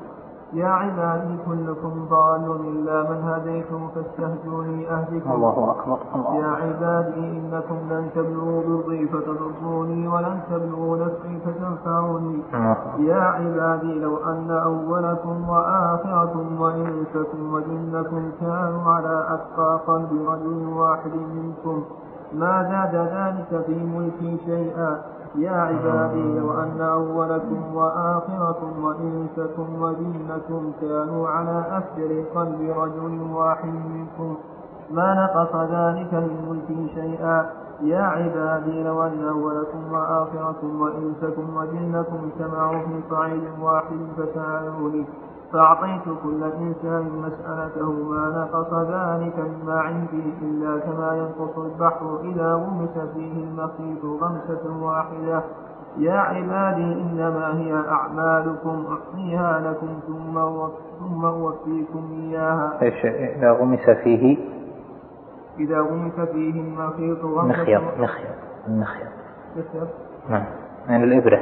يا عبادي كلكم ضال إلا من هديتم فاستهدوني أهدكم. الله أكبر. يا عبادي إنكم لن تبلغوا ضري فتضروني ولن تبلغوا نفعي فتنفعوني. يا عبادي لو أن أولكم وآخركم وإنسكم وجنكم كانوا على أتقى قلب رجل واحد منكم ما زاد ذلك في ملكي شيئا. يا عبادي لو أن أولكم وآخركم وإنسكم وجنكم كانوا على أفجر قلب رجل واحد منكم ما نقص ذلك من ملكي شيئا. يا عبادي لو أن أولكم وآخركم وإنسكم وجنكم اجتمعوا في صعيد واحد فسألوني فأعطيت كل إنسان مسألته ما نقص ذلك مما عندي إلا كما ينقص البحر إذا غمس فيه المخيط غمسة واحدة. يا عبادي إنما هي أعمالكم أحصيها لكم ثم أوفيكم إياها. إذا غمس فيه المخيط غمسة مخيط نعم من الإبرة.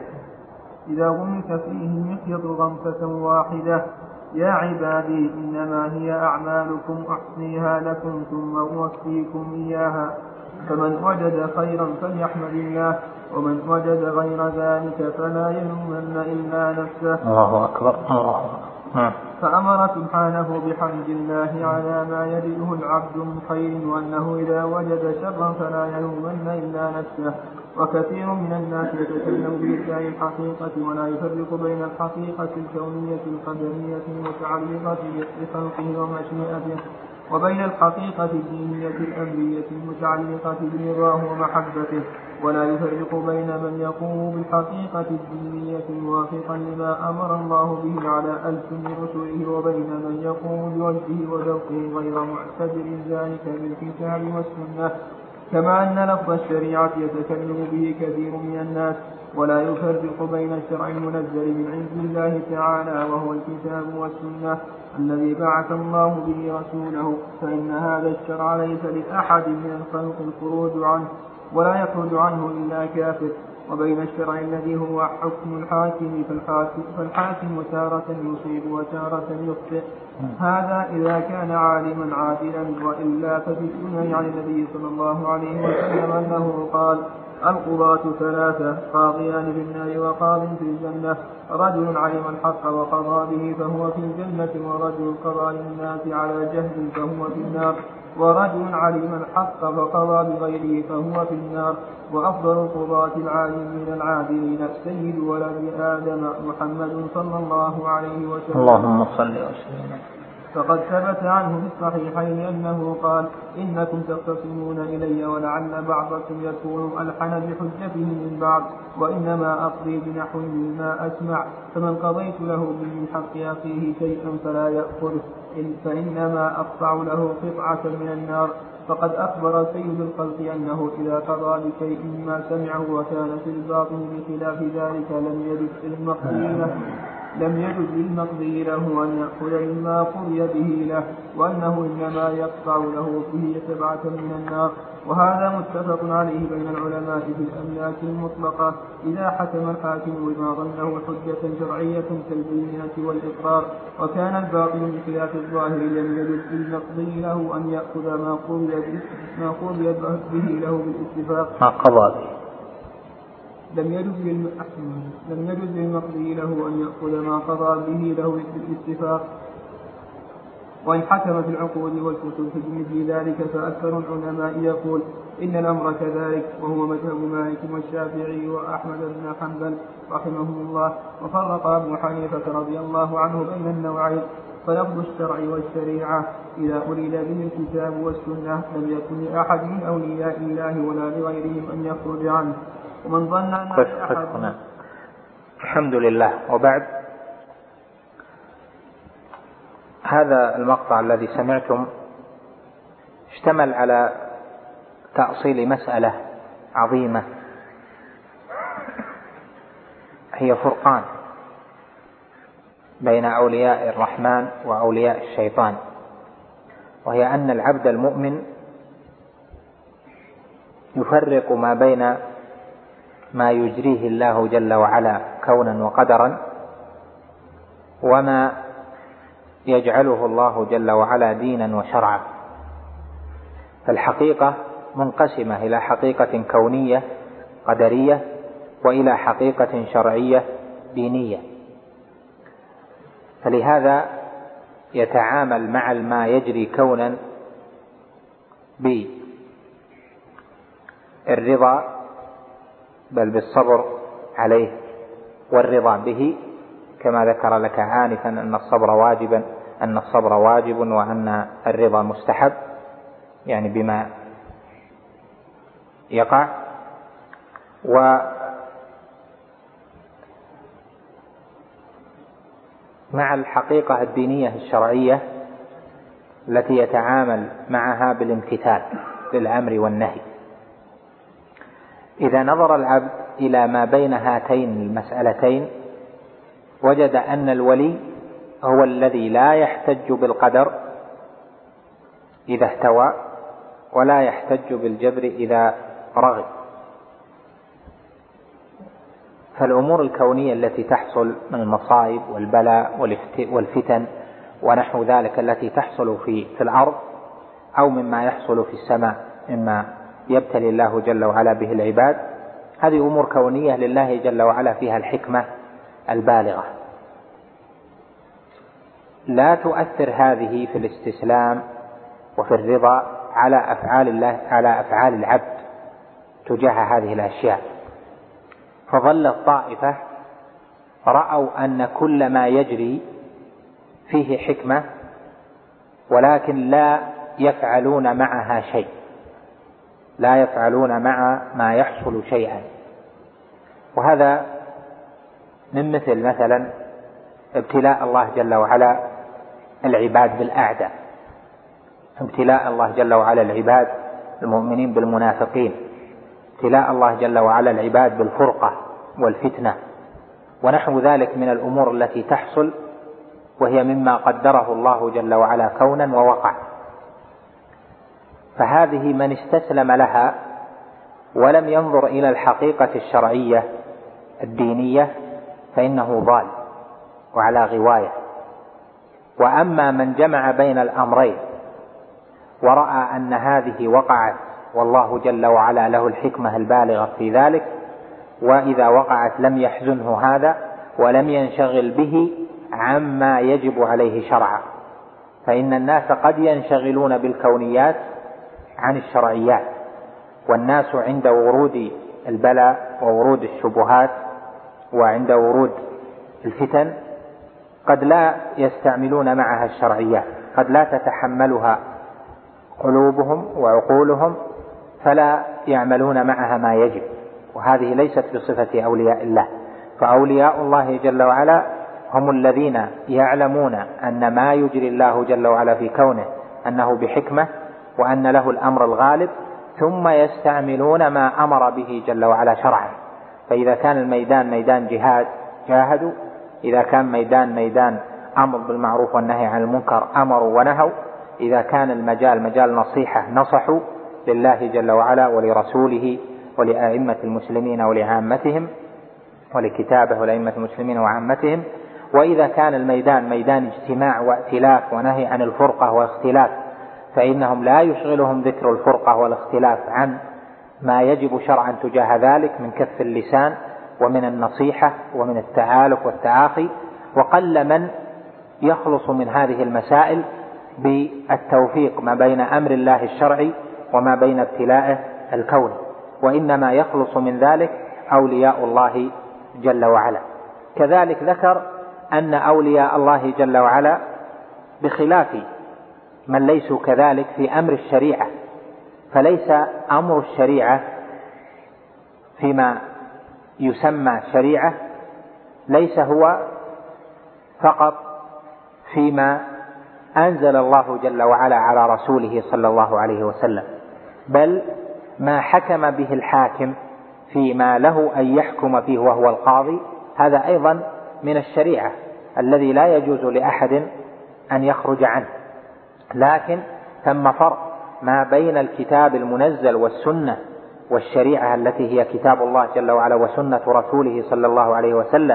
إذا غمس فيه المخيط غمسة واحدة. يا عبادي إنما هي أعمالكم أحصيها لكم ثم أوفيكم إياها. فمن وجد خيرا فليحمد الله ومن وجد غير ذلك فلا يلومن إلا نفسه. الله أكبر. الله أكبر. فأمر سبحانه بحمد الله على ما يجده العبد من خير وأنه إذا وجد شرا فلا يلومن إلا نفسه. وكثير من الناس يتكلم بإدعاء الحقيقة ولا يفرق بين الحقيقة الكونية القدرية المتعلقة بخلقه ومشيئته وبين الحقيقة الدينية الأمرية المتعلقة برضاه ومحبته، ولا يفرق بين من يقوم بالحقيقة الدينية موافقا لما أمر الله به على ألسن رسله وبين من يقوم بوجهه وذوقه غير معتبر ذلك بالكتاب والسنة. كما أن لفظ الشريعة يتكلم به كثير من الناس ولا يفرق بين الشرع المنزل من عند الله تعالى وهو الكتاب والسنة الذي بعث الله به رسوله، فإن هذا الشرع ليس لأحد من الخلق الخروج عنه ولا يخرج عنه إلا كافر، وبين الشرع الذي هو حكم الحاكم فالحاكم تارة يصيب وتارة يخطئ، هذا إذا كان عالما عادلا، وإلا ففي السنة عن النبي صلى الله عليه وسلم أنه قال: القضاة ثلاثة، قاضيان في النار وقاض في الجنة، رجل علم الحق وقضى به فهو في الجنة، ورجل قضى للناس على جهل فهو في النار، ورجل علم الحق فقضى بغيره فهو في النار. وأفضل القضاة العالمين العادلين سيد ولد آدم محمد صلى الله عليه وسلم. اللهم صل وسلم. فقد ثبت عنه في الصحيحين أنه قال: إنكم تختصمون إلي ولعل بعضكم يكون ألحن بحجته من بعض، وإنما أقضي بنحو مما أسمع، فمن قضيت له من حق أخيه شيئا فلا يأخذه فإنما أقطع له قطعة من النار. فقد أخبر سيد الخلق أنه إذا قضى بشيء ما سمعه وكان في الباطن بخلاف ذلك لم يجد للمقضي له أن يأخذ مما قضي به له، وأنه إنما يقطع له به 7 من النار. وهذا متفق عليه بين العلماء في الأملاك المطلقة إذا حكم الحاكم بما ظنه حجة شرعية كالبينة والإقرار، وكان الباطل بخلاف الظاهر لم يجد للمقضي له أن يأخذ ما قضي به له بالاتفاق، ما قضى به لم يجد للمقضي له أن يأخذ ما قضى به له بالاتفاق. وإن حكم في العقود والفسوق بمثل ذلك فأكثر العلماء يقول إن الأمر كذلك، وهو مذهب مالك والشافعي وأحمد بن حنبل رحمهم الله. وفرق أبو حنيفة رضي الله عنه بين النوعين، فلفظ الشرع والشريعة إذا أريد به الكتاب والسنة لم يكن لأحد من أولياء الله ولا لغيرهم أن يخرج عنه. ومن ظن أن أحد الحمد لله. وبعد هذا المقطع الذي سمعتم اشتمل على تأصيل مسألة عظيمة هي فرقان بين أولياء الرحمن وأولياء الشيطان، وهي أن العبد المؤمن يفرق ما بين ما يجريه الله جل وعلا كونا وقدرا وما يجعله الله جل وعلا دينا وشرعا. فالحقيقة منقسمة إلى حقيقة كونية قدرية وإلى حقيقة شرعية دينية. فلهذا يتعامل مع ما يجري كونا بالرضا بل بالصبر عليه والرضا به، كما ذكر لك آنفا أن الصبر واجب وأن الرضا مستحب، يعني بما يقع. ومع الحقيقة الدينية الشرعية التي يتعامل معها بالامتثال للأمر والنهي. إذا نظر العبد إلى ما بين هاتين المسألتين وجد أن الولي هو الذي لا يحتج بالقدر إذا احتوى ولا يحتج بالجبر إذا رغب. فالأمور الكونية التي تحصل من المصائب والبلاء والفتن ونحو ذلك التي تحصل في الأرض أو مما يحصل في السماء مما يبتلي الله جل وعلا به العباد، هذه أمور كونية لله جل وعلا فيها الحكمة البالغة، لا تؤثر هذه في الاستسلام وفي الرضا على أفعال الله، على أفعال العبد تجاه هذه الأشياء. فظل الطائفة رأوا أن كل ما يجري فيه حكمة ولكن لا يفعلون معها شيء، لا يفعلون مع ما يحصل شيئا. وهذا من مثلا ابتلاء الله جل وعلا العباد بالأعداء، ابتلاء الله جل وعلا العباد المؤمنين بالمنافقين، ابتلاء الله جل وعلا العباد بالفرقة والفتنة ونحو ذلك من الأمور التي تحصل وهي مما قدره الله جل وعلا كونا ووقع. فهذه من استسلم لها ولم ينظر إلى الحقيقة الشرعية الدينية فإنه ضال وعلى غواية. وأما من جمع بين الأمرين ورأى أن هذه وقعت والله جل وعلا له الحكمة البالغة في ذلك، وإذا وقعت لم يحزنه هذا ولم ينشغل به عما يجب عليه شرعا. فإن الناس قد ينشغلون بالكونيات عن الشرعيات، والناس عند ورود البلاء وورود الشبهات وعند ورود الفتن قد لا يستعملون معها الشرعيات، قد لا تتحملها قلوبهم وعقولهم فلا يعملون معها ما يجب، وهذه ليست بصفة أولياء الله. فأولياء الله جل وعلا هم الذين يعلمون أن ما يجري الله جل وعلا في كونه أنه بحكمة وأن له الأمر الغالب، ثم يستعملون ما أمر به جل وعلا شرعا. فإذا كان الميدان ميدان جهاد جاهدوا، إذا كان ميدان أمر بالمعروف والنهي عن المنكر أمروا ونهوا، إذا كان المجال مجال نصيحة نصحوا لله جل وعلا ولرسوله ولأئمة المسلمين ولعامتهم ولكتابه ولأئمة المسلمين وعامتهم. وإذا كان الميدان ميدان اجتماع وائتلاف ونهي عن الفرقة واختلاف فإنهم لا يشغلهم ذكر الفرقة والاختلاف عن ما يجب شرعا تجاه ذلك من كف اللسان ومن النصيحة ومن التآلف والتعاطي. وقل من يخلص من هذه المسائل بالتوفيق ما بين أمر الله الشرعي وما بين ابتلاءه الكوني، وإنما يخلص من ذلك أولياء الله جل وعلا. كذلك ذكر أن أولياء الله جل وعلا بخلاف من ليسوا كذلك في أمر الشريعة، فليس أمر الشريعة فيما يسمى شريعة ليس هو فقط فيما أنزل الله جل وعلا على رسوله صلى الله عليه وسلم، بل ما حكم به الحاكم فيما له أن يحكم فيه وهو القاضي، هذا أيضا من الشريعة الذي لا يجوز لأحد أن يخرج عنه. لكن ثم فرق ما بين الكتاب المنزل والسنة والشريعة التي هي كتاب الله جل وعلا وسنة رسوله صلى الله عليه وسلم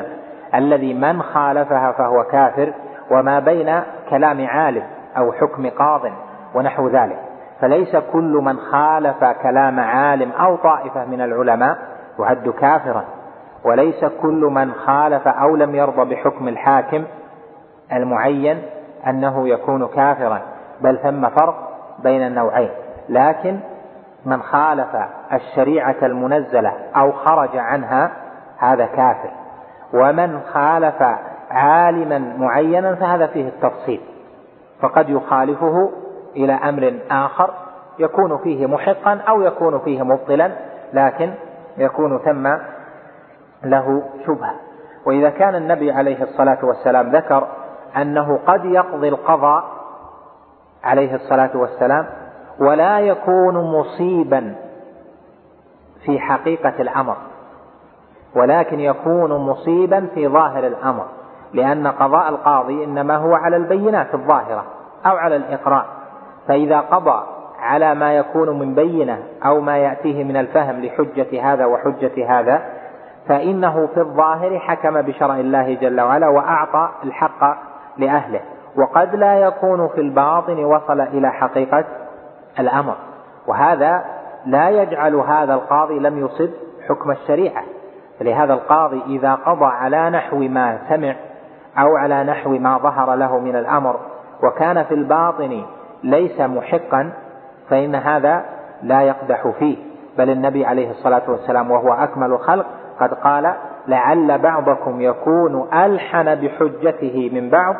الذي من خالفها فهو كافر، وما بين كلام عالم أو حكم قاض ونحو ذلك. فليس كل من خالف كلام عالم أو طائفة من العلماء يعد كافرا، وليس كل من خالف أو لم يرضى بحكم الحاكم المعين أنه يكون كافرا، بل ثم فرق بين النوعين. لكن من خالف الشريعة المنزلة أو خرج عنها هذا كافر، ومن خالف عالما معينا فهذا فيه التفصيل، فقد يخالفه إلى أمر آخر يكون فيه محقا أو يكون فيه مبطلا، لكن يكون ثم له شبهة. وإذا كان النبي عليه الصلاة والسلام ذكر أنه قد يقضي القضاء عليه الصلاة والسلام ولا يكون مصيبا في حقيقة الأمر، ولكن يكون مصيبا في ظاهر الأمر، لأن قضاء القاضي إنما هو على البينات الظاهرة أو على الإقرار، فإذا قضى على ما يكون من بينة أو ما يأتيه من الفهم لحجة هذا وحجة هذا فإنه في الظاهر حكم بشرع الله جل وعلا وأعطى الحق لأهله، وقد لا يكون في الباطن وصل إلى حقيقة الأمر، وهذا لا يجعل هذا القاضي لم يصب حكم الشريعة. فلهذا القاضي إذا قضى على نحو ما سمع أو على نحو ما ظهر له من الأمر وكان في الباطن ليس محقا فإن هذا لا يقدح فيه، بل النبي عليه الصلاة والسلام وهو أكمل الخلق قد قال: لعل بعضكم يكون ألحن بحجته من بعض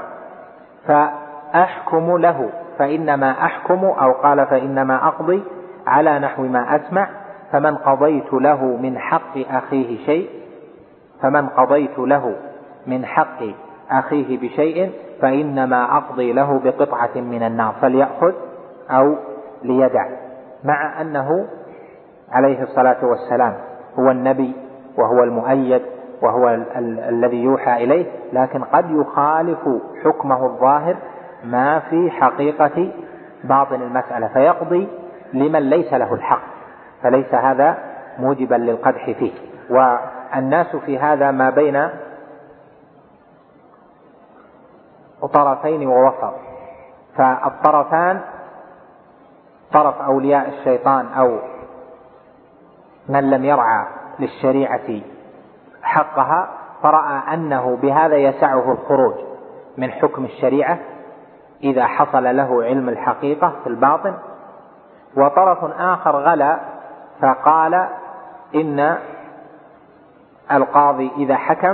فأحكم له فإنما أحكم، أو قال: فإنما أقضي على نحو ما أسمع، فمن قضيت له من حق أخيه شيء بشيء فإنما أقضي له بقطعة من النار فليأخذ أو ليدع. مع أنه عليه الصلاة والسلام هو النبي وهو المؤيد وهو الذي يوحى إليه، لكن قد يخالف حكمه الظاهر ما في حقيقة باطن المسألة فيقضي لمن ليس له الحق، فليس هذا موجبا للقدح فيه. والناس في هذا ما بين طرفين ووسط، فالطرفان طرف أولياء الشيطان أو من لم يرعى للشريعة حقها فرأى أنه بهذا يسعه الخروج من حكم الشريعة إذا حصل له علم الحقيقة في الباطن، وطرف آخر غلا فقال إن القاضي إذا حكم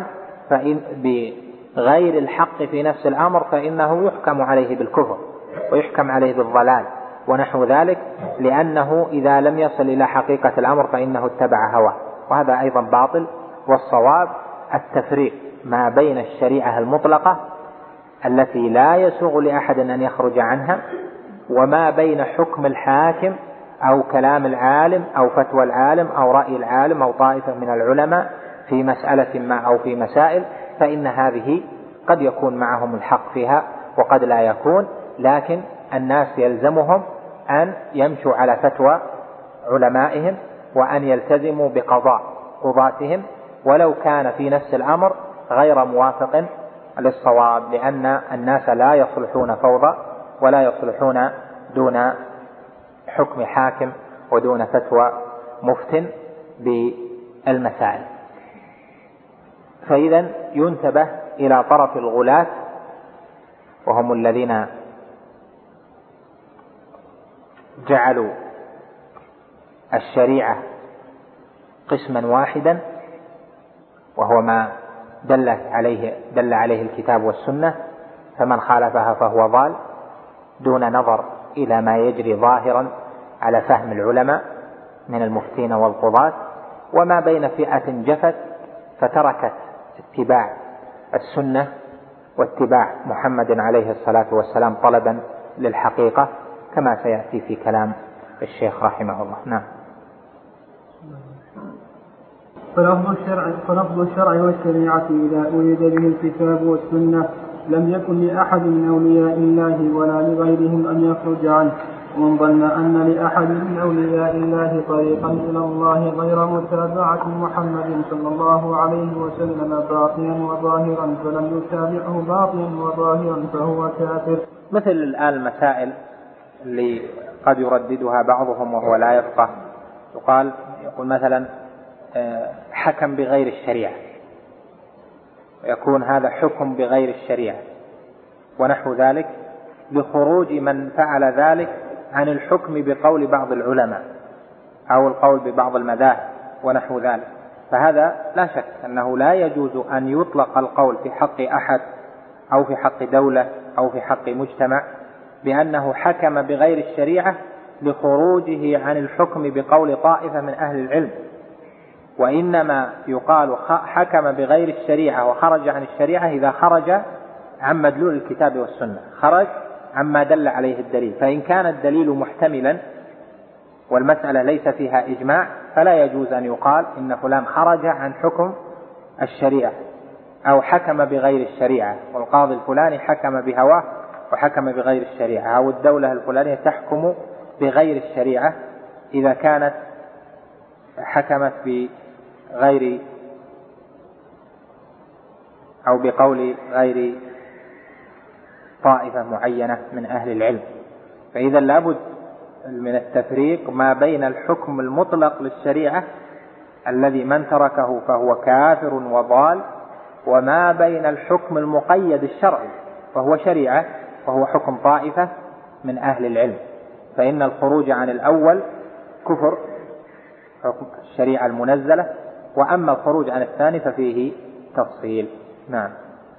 بغير الحق في نفس الأمر فإنه يحكم عليه بالكفر ويحكم عليه بالضلال ونحو ذلك، لأنه إذا لم يصل إلى حقيقة الأمر فإنه اتبع هواه، وهذا أيضا باطل. والصواب التفريق ما بين الشريعة المطلقة التي لا يسوغ لأحد أن يخرج عنها، وما بين حكم الحاكم أو كلام العالم أو فتوى العالم أو رأي العالم أو طائفة من العلماء في مسألة ما أو في مسائل، فإن هذه قد يكون معهم الحق فيها وقد لا يكون، لكن الناس يلزمهم أن يمشوا على فتوى علمائهم وأن يلتزموا بقضاء قضاتهم ولو كان في نفس الأمر غير موافق للصواب، لأن الناس لا يصلحون فوضى ولا يصلحون دون حكم حاكم ودون فتوى مفتن بالمسائل. فإذا ينتبه إلى طرف الغلاة وهم الذين جعلوا الشريعة قسما واحدا وهو ما دل عليه الكتاب والسنة، فمن خالفها فهو ضال دون نظر إلى ما يجري ظاهرا على فهم العلماء من المفتين والقضاة، وما بين فئة جفت فتركت اتباع السنة واتباع محمد عليه الصلاة والسلام طلبا للحقيقة، كما سيأتي في كلام الشيخ رحمه الله. نعم. فلفظ الشرع والشريعة إذا أريد به الكتاب والسنة لم يكن لأحد من أولياء الله ولا لغيرهم أن يخرج عنه، ومن ظن أن لأحد من أولياء الله طريقا إلى الله غير متابعة محمد صلى الله عليه وسلم باطنا وظاهرا فلم يتابعه باطنا وظاهرا فهو كافر. مثل الآن المسائل اللي قد يرددها بعضهم وهو لا يفقه، يقول مثلا حكم بغير الشريعة، يكون هذا حكم بغير الشريعة ونحو ذلك، لخروج من فعل ذلك عن الحكم بقول بعض العلماء أو القول ببعض المذاهب ونحو ذلك. فهذا لا شك أنه لا يجوز أن يطلق القول في حق أحد أو في حق دولة أو في حق مجتمع بأنه حكم بغير الشريعة لخروجه عن الحكم بقول طائفة من أهل العلم، وإنما يقال حكم بغير الشريعة وخرج عن الشريعة إذا خرج عن مدلول الكتاب والسنة، خرج عما دل عليه الدليل. فإن كان الدليل محتملا والمسألة ليس فيها إجماع فلا يجوز أن يقال إن فلان خرج عن حكم الشريعة أو حكم بغير الشريعة، والقاضي الفلاني حكم بهواه وحكم بغير الشريعة، أو الدولة الفلانية تحكم بغير الشريعة إذا كانت حكمت بغير أو بقول غير طائفة معينة من أهل العلم. فإذا لابد من التفريق ما بين الحكم المطلق للشريعة الذي من تركه فهو كافر وضال، وما بين الحكم المقيد الشرعي فهو شريعة وهو حكم طائفة من أهل العلم. فإن الخروج عن الأول كفر، حكم الشريعة المنزلة، وأما الخروج عن الثاني ففيه تفصيل. نعم.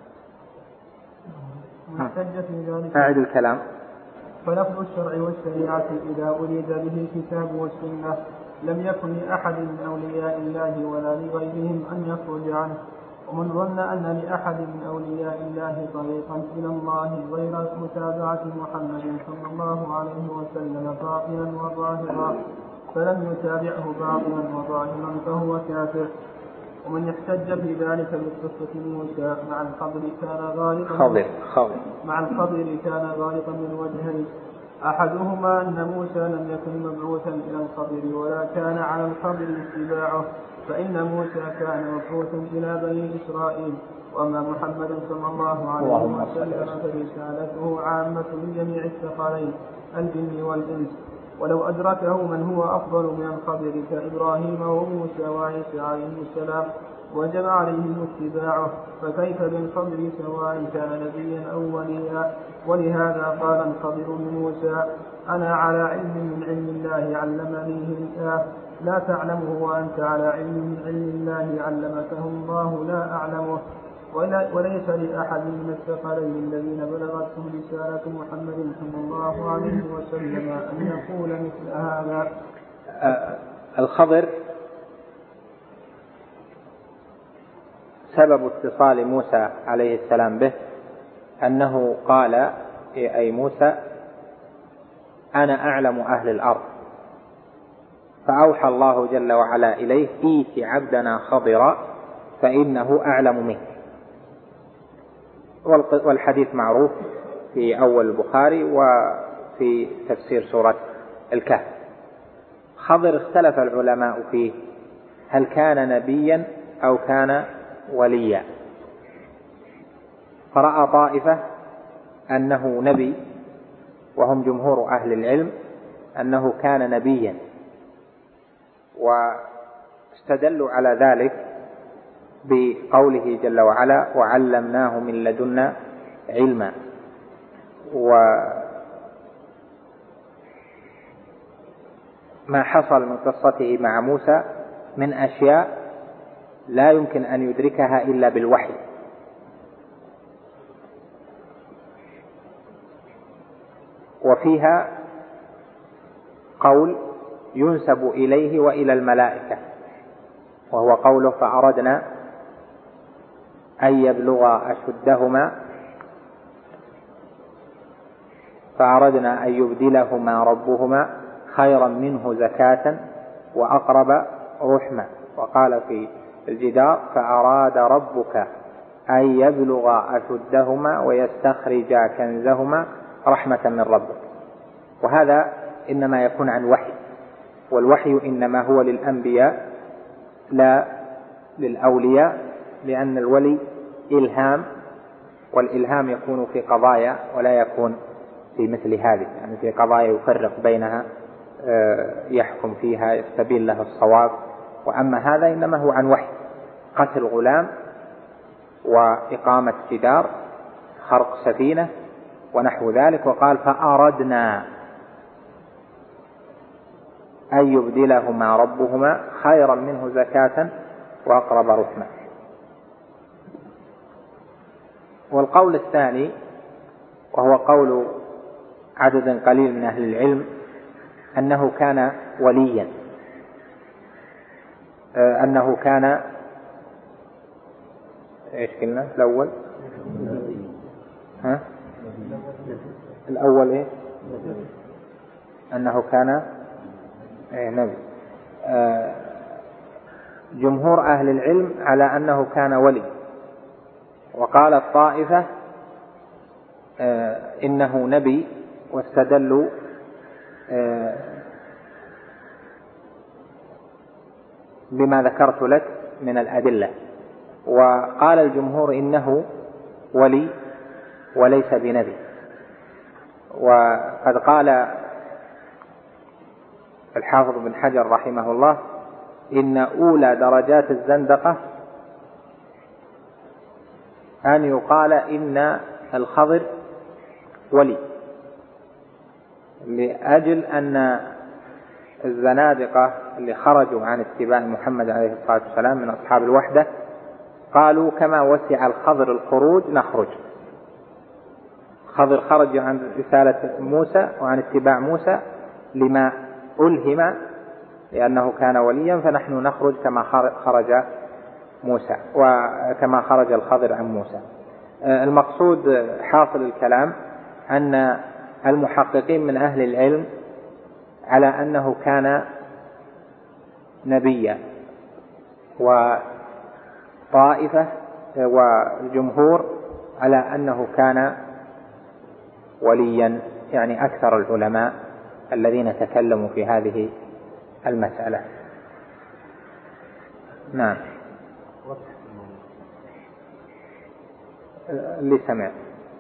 أعد الكلام. فلفظ الشرع والشريعة إذا أريد به الكتاب والسنة لم يكن لأحد من أولياء الله ولا لغيرهم أن يخرج عنه. ومن ظن أن لأحد من أولياء الله طريقا إلى الله غير متابعة محمد صلى الله عليه وسلم باطلا وظاهرا فلم يتابعه باطلا وظاهرا فهو كافر. ومن يحتج في ذلك بقصة موسى مع الخضر كان غالطا من وجهين: أحدهما أن موسى لم يكن مبعوثا إلى الخضر ولا كان على الخضر اتباعه، فإن موسى كان مبعوثا إلى بني إسرائيل، وأما محمد صلى الله عليه وسلم فرسالته عامة لجميع الثقلين الجن والإنس، ولو أدركه من هو أفضل من الخضر كإبراهيم وموسى وعيسى عليهم السلام وجب عليهم اتباعه، فكيف بالخضر سواء كان نبيا أو وليا. ولهذا قال الخضر لموسى: أنا على علم من علم الله علمنيه الله لا تعلمه، وأنت على علم من علم الله علمته الله لا أعلمه. وليس لأحد من الثقلين الذين بلغتهم رسالة محمد صلى الله عليه وسلم أن يقول مثل هذا. الخضر سبب اتصال موسى عليه السلام به أنه قال أي موسى: أنا أعلم أهل الأرض، فأوحى الله جل وعلا إليه: إيت عبدنا خضرا فإنه أعلم منك. والحديث معروف في أول البخاري وفي تفسير سورة الكهف. خضر اختلف العلماء فيه هل كان نبيا أو كان وليا، فرأى طائفة أنه نبي وهم جمهور أهل العلم أنه كان نبيا، واستدلوا على ذلك بقوله جل وعلا: وعلمناه من لدنا علما. وما حصل من قصته مع موسى من أشياء لا يمكن أن يدركها إلا بالوحي، وفيها قول ينسب إليه وإلى الملائكة، وهو قوله: فأردنا أن يبلغا أشدهما فأردنا أن يبدلهما ربهما خيرا منه زكاة وأقرب رحمة. وقال في الجدار: فأراد ربك أن يبلغا أشدهما ويستخرجا كنزهما رحمة من ربك. وهذا إنما يكون عن وحي، والوحي إنما هو للأنبياء لا للأولياء، لأن الولي إلهام، والإلهام يكون في قضايا ولا يكون في مثل هذه، يعني في قضايا يفرق بينها يحكم فيها يستبين له الصواب. وأما هذا إنما هو عن وحي، قتل غلام وإقامة جدار، خرق سفينة ونحو ذلك. وقال فأردنا أن يبدلهما ربهما خيرا منه زكاة وأقرب رحمة. والقول الثاني وهو قول عدد قليل من أهل العلم أنه كان وليا، أنه كان إيش قلنا الأول؟ الأول إيه؟ أنه كان نبي. جمهور أهل العلم على أنه كان ولي، وقال الطائفة إنه نبي، واستدلوا بما ذكرت لك من الأدلة. وقال الجمهور إنه ولي وليس بنبي. وقد قال الحافظ بن حجر رحمه الله إن أولى درجات الزندقة أن يقال إن الخضر ولي، لأجل أن الزنادقة اللي خرجوا عن اتباع محمد عليه الصلاة والسلام من أصحاب الوحدة قالوا كما وسع الخضر الخروج نخرج. خضر خرج عن رسالة موسى وعن اتباع موسى لما ألهم لأنه كان وليا، فنحن نخرج كما خرج موسى وكما خرج الخضر عن موسى. المقصود حاصل الكلام أن المحققين من أهل العلم على أنه كان نبيا، وطائفة والجمهور على أنه كان وليا، يعني أكثر العلماء الذين تكلموا في هذه المسألة. نعم. اللي سمع.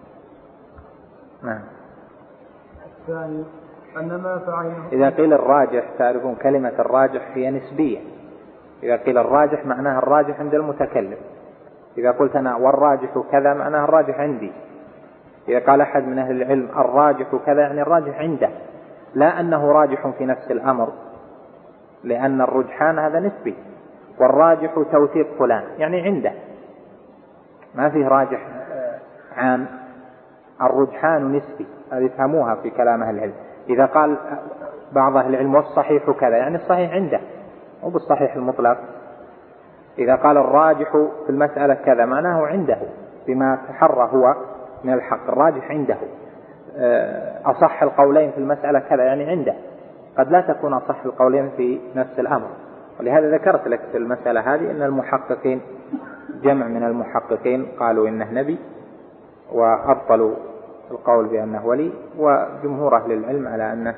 نعم. الثاني أن ما فعله إذا قيل الراجح، تعرفون كلمة الراجح هي نسبية. إذا قيل الراجح معناها الراجح عند المتكلم. إذا قلت أنا والراجح كذا معناها الراجح عندي. إذا قال أحد من أهل العلم الراجح كذا يعني الراجح عنده، لا أنه راجح في نفس الأمر، لأن الرجحان هذا نسبي، والراجح توثيق فلان يعني عنده، ما فيه راجح عام. الرجحان نسبي، هذه يفهموها في كلام أهل العلم. إذا قال بعض أهل العلم والصحيح كذا يعني الصحيح عنده، مو بالصحيح المطلق. إذا قال الراجح في المسألة كذا معناه عنده بما تحرى هو من الحق، الراجح عنده. أصح القولين في المسألة كذا يعني عنده، قد لا تكون أصح القولين في نفس الأمر. ولهذا ذكرت لك في المسألة هذه أن المحققين جمع من المحققين قالوا إنه نبي وأبطلوا القول بأنه ولي، وجمهور أهل العلم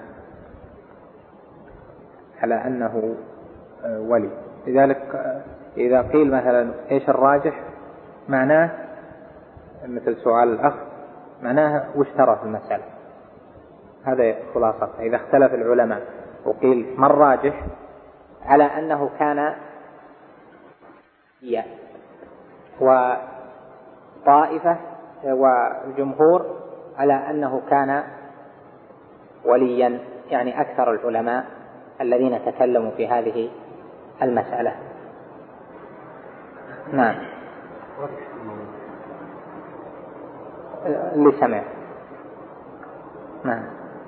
على أنه ولي. لذلك إذا قيل مثلا إيش الراجح معناه مثل سؤال الأخ معناه وش ترى في المسألة، هذا خلاصة. إذا اختلف العلماء وقيل ما الراجح على أنه كان وطائفة والجمهور على أنه كان وليا، يعني أكثر العلماء الذين تكلموا في هذه المسألة. نعم. اللي سمع. نعم.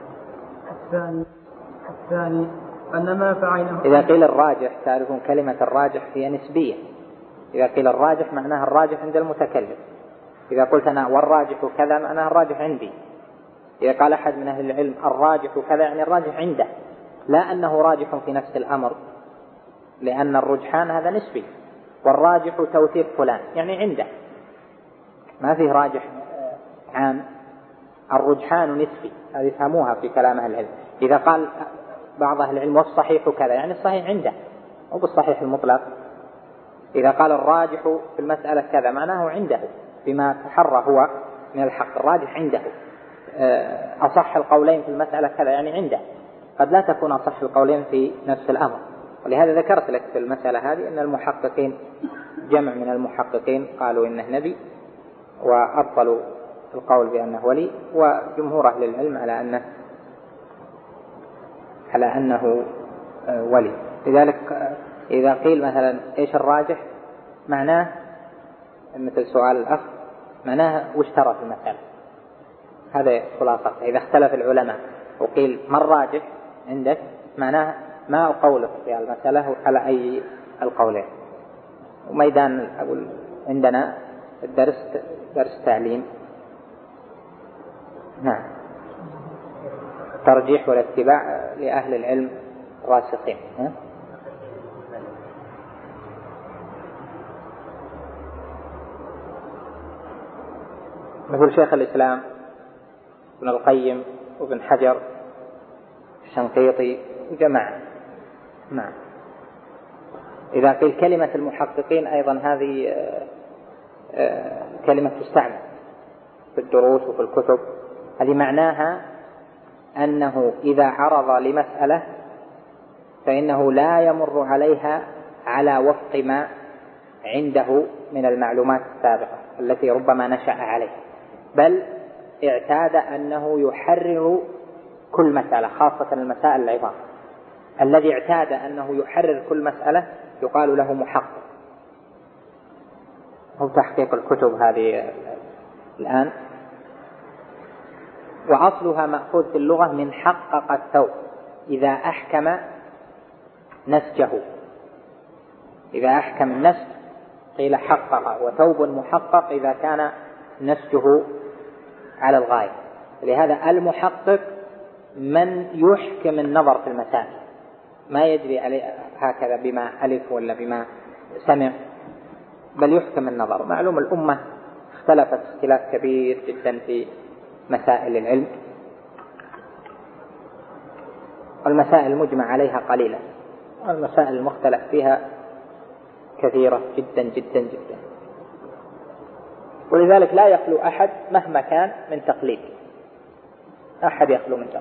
الثاني أن ما فعله إذا قيل الراجح، تعرفون كلمة الراجح هي نسبية. إذا قيل الراجح معناها الراجح عند المتكلم. إذا قلت أنا والراجح كذا معناها الراجح عندي. إذا قال أحد من أهل العلم الراجح كذا يعني الراجح عنده، لا أنه راجح في نفس الأمر، لأن الرجحان هذا نسبي، والراجح توثيق فلان يعني عنده، ما فيه راجح عام. الرجحان نسبي، هذه يفهموها في كلام أهل العلم. إذا قال بعض أهل العلم والصحيح كذا، يعني الصحيح عنده، مو بالصحيح المطلق. إذا قال الراجح في المسألة كذا، معناه عنده بما تحرى هو من الحق، الراجح عنده. أصح القولين في المسألة كذا، يعني عنده. قد لا تكون أصح القولين في نفس الأمر. ولهذا ذكرت لك في المسألة هذه أن المحققين، جمع من المحققين قالوا إنه نبي وأبطلوا القول بأنه ولي، وجمهور أهل العلم على أنه ولي. لذلك إذا قيل مثلا إيش الراجح، معناه مثل سؤال الأخ، معناه وش ترى في المسألة، هذا خلاصة. إذا اختلف العلماء وقيل ما الراجح عندك، معناه ما قولك في المسألة على أي القولين. وميدان أقول عندنا الدرس درس تعليم، نعم، ترجيح والاتباع لأهل العلم الراسخين. مثل شيخ الإسلام ابن القيم وابن حجر الشنقيطي وجماعة. نعم. إذا قيل كلمة المحققين أيضا هذه كلمة تستعمل في الدروس وفي الكتب، هذه معناها أنه إذا عرض لمسألة فإنه لا يمر عليها على وفق ما عنده من المعلومات السابقة التي ربما نشأ عليه، بل اعتاد أنه يحرر كل مسألة، خاصة المسائل العظام. الذي اعتاد أنه يحرر كل مسألة يقال له محقق. هو تحقيق الكتب هذه الآن، وأصلها مأخوذ في اللغة من حقق الثوب إذا أحكم نسجه. إذا أحكم النسج قيل حقق، وثوب محقق إذا كان نسجه على الغاية. لهذا المحقق من يحكم النظر في المسائل، ما يجري عليه هكذا بما ألف ولا بما سمع، بل يحكم النظر. معلوم الأمة اختلفت اختلاف كبير جدا في مسائل العلم، والمسائل المجمع عليها قليلة، والمسائل المختلف فيها كثيرة جدا جدا جدا. ولذلك لا يخلو أحد مهما كان من تقليد، أحد يخلو من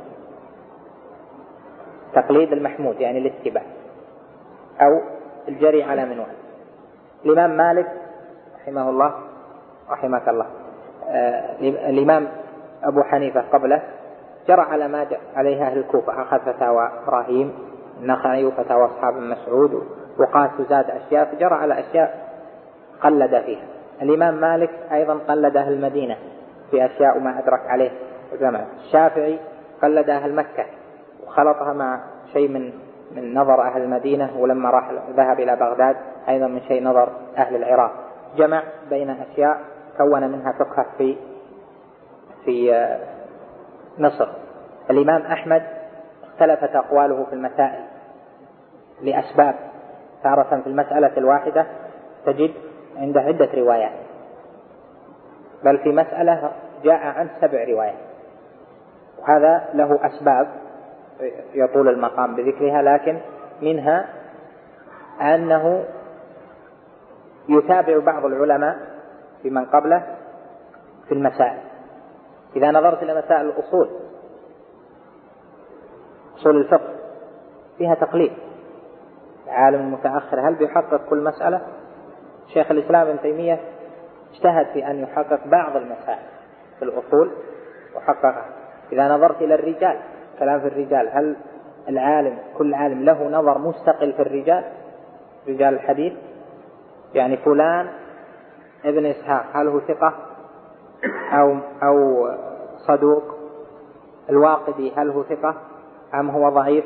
تقليد المحمود، يعني الاتباع أو الجري على منوال. الإمام مالك رحمه الله رحمك الله، الإمام أبو حنيفة قبله جرى على ما عليها أهل الكوفة، أخذ فتاوى إبراهيم النخعي وفتاوى أصحاب مسعود وقاس زاد أشياء، فجرى على أشياء قلد فيها. الإمام مالك أيضا قلد أهل المدينة في أشياء وما أدرك عليه زمان. الشافعي قلد أهل مكة وخلطها مع شيء من نظر أهل المدينة، ولما ذهب إلى بغداد أيضا من شيء نظر أهل العراق، جمع بين أشياء كون منها فقه في مصر. الإمام أحمد اختلفت أقواله في المسائل لأسباب، تارة في المسألة الواحدة تجد عند عدة روايات، بل في مسألة جاء عن 7 روايات، وهذا له أسباب يطول المقام بذكرها، لكن منها أنه يتابع بعض العلماء بمن قبله في المسائل. إذا نظرت إلى مسائل الأصول، أصول الفقه فيها تقليد. العالم المتأخر هل بيحقق كل مسألة؟ شيخ الإسلام ابن تيمية اجتهد في أن يحقق بعض المسائل في الأصول وحققها. إذا نظرت إلى الرجال، كلام في الرجال، هل العالم كل عالم له نظر مستقل في الرجال، رجال الحديث؟ يعني فلان ابن إسحاق هل هو ثقة أو صدوق؟ الواقدي هل هو ثقة أم هو ضعيف؟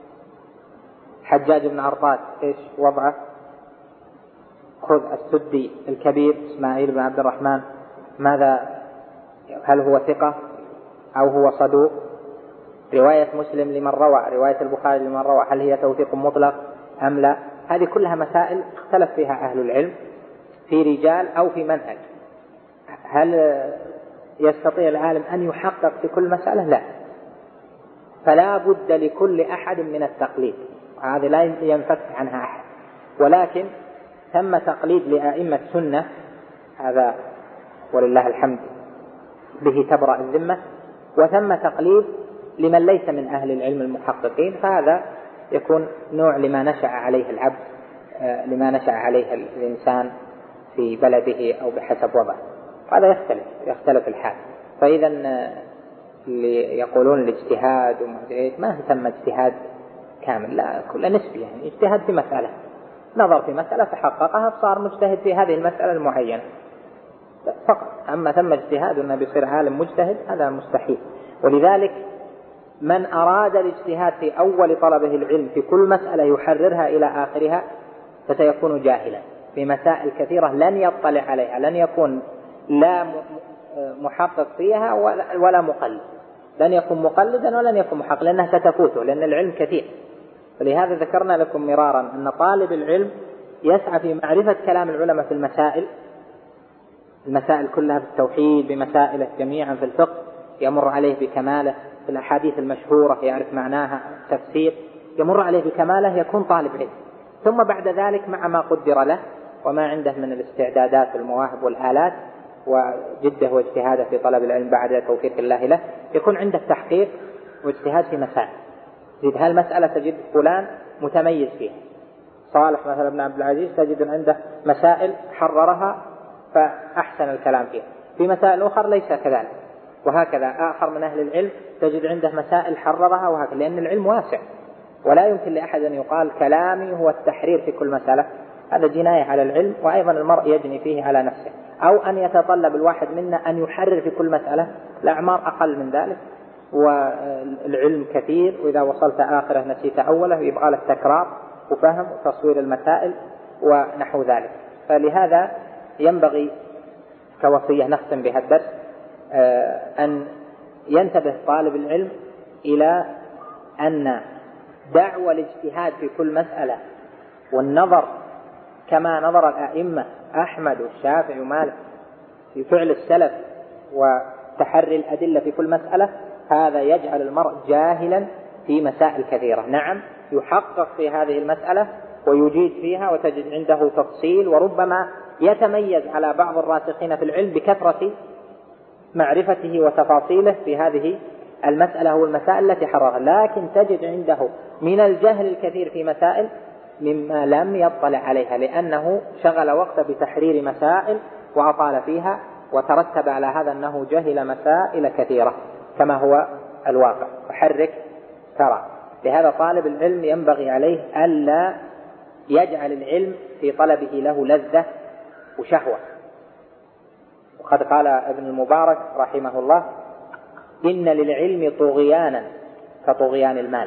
حجاج بن عرفات إيش وضعه؟ خذ السدي الكبير إسماعيل بن عبد الرحمن، ماذا، هل هو ثقة أو هو صدوق؟ رواية مسلم لمن روى، رواية البخاري لمن روى، هل هي توثيق مطلق أم لا؟ هذه كلها مسائل اختلف فيها أهل العلم في رجال أو في منهج. هل يستطيع العالم أن يحقق في كل مسألة؟ لا، فلا بد لكل أحد من التقليد، وهذا لا ينفك عنها أحد. ولكن ثم تقليد لأئمة السنة، هذا ولله الحمد به تبرأ الذمة، وثم تقليد لمن ليس من أهل العلم المحققين، فهذا يكون نوع لما نشأ عليه العبد، لما نشأ عليه الإنسان في بلده أو بحسب وضعه. هذا يختلف الحال. فإذا اللي يقولون الاجتهاد ما تم اجتهاد كامل، لا، كل نسبي، يعني اجتهاد في مسألة، نظر في مسألة فحققها فصار مجتهد في هذه المسألة المعينة فقط. أما ثم اجتهاد أنه بيصير عالم مجتهد، هذا مستحيل. ولذلك من أراد الاجتهاد في أول طلبه العلم في كل مسألة يحررها إلى آخرها فسيكون جاهلا في مسائل كثيرة لن يطلع عليها، لن يكون لا محقق فيها ولا مقلد، لن يكون مقلدا ولن يكون محقق، لأنها ستفوته، لأن العلم كثير. ولهذا ذكرنا لكم مرارا أن طالب العلم يسعى في معرفة كلام العلماء في المسائل كلها، في التوحيد بمسائله جميعا، في الفقه يمر عليه بكماله، في الأحاديث المشهورة يعرف معناها، تفسير يمر عليه بكماله، يكون طالب علم. ثم بعد ذلك مع ما قدر له وما عنده من الاستعدادات والمواهب والآلات وجده واجتهاده في طلب العلم بعد توفيق الله له، يكون عنده تحقيق واجتهاد في مسائل. تجد هالمسألة تجد فلان متميز فيها، صالح مثلا بن عبد العزيز تجد عنده مسائل حررها فأحسن الكلام فيها، في مسائل أخرى ليس كذلك، وهكذا آخر من أهل العلم تجد عنده مسائل حررها، وهكذا، لأن العلم واسع ولا يمكن لأحد أن يقال كلامي هو التحرير في كل مسألة، هذا جناية على العلم، وأيضا المرء يجني فيه على نفسه. أو أن يتطلب الواحد منا أن يحرر في كل مسألة، الأعمار أقل من ذلك والعلم كثير، وإذا وصلت آخره نسيت أوله، يبغى لك تكرار وفهم وتصوير المسائل ونحو ذلك. فلهذا ينبغي كوصية نختم بها الدرس أن ينتبه طالب العلم إلى أن دعوى الاجتهاد في كل مسألة والنظر كما نظر الأئمة أحمد والشافعي ومالك في فعل السلف وتحري الأدلة في كل مسألة، هذا يجعل المرء جاهلا في مسائل كثيرة. نعم يحقق في هذه المسألة ويجيد فيها وتجد عنده تفصيل، وربما يتميز على بعض الراسخين في العلم بكثرة معرفته وتفاصيله في هذه المسألة والمسائل التي حررها، لكن تجد عنده من الجهل الكثير في مسائل مما لم يطلع عليها، لأنه شغل وقته بتحرير مسائل وأطال فيها، وترتب على هذا أنه جهل مسائل كثيرة كما هو الواقع. فحرك ترى. لهذا طالب العلم ينبغي عليه ألا يجعل العلم في طلبه له لذة وشهوة. وقد قال ابن المبارك رحمه الله: إن للعلم طغيانا كطغيان المال،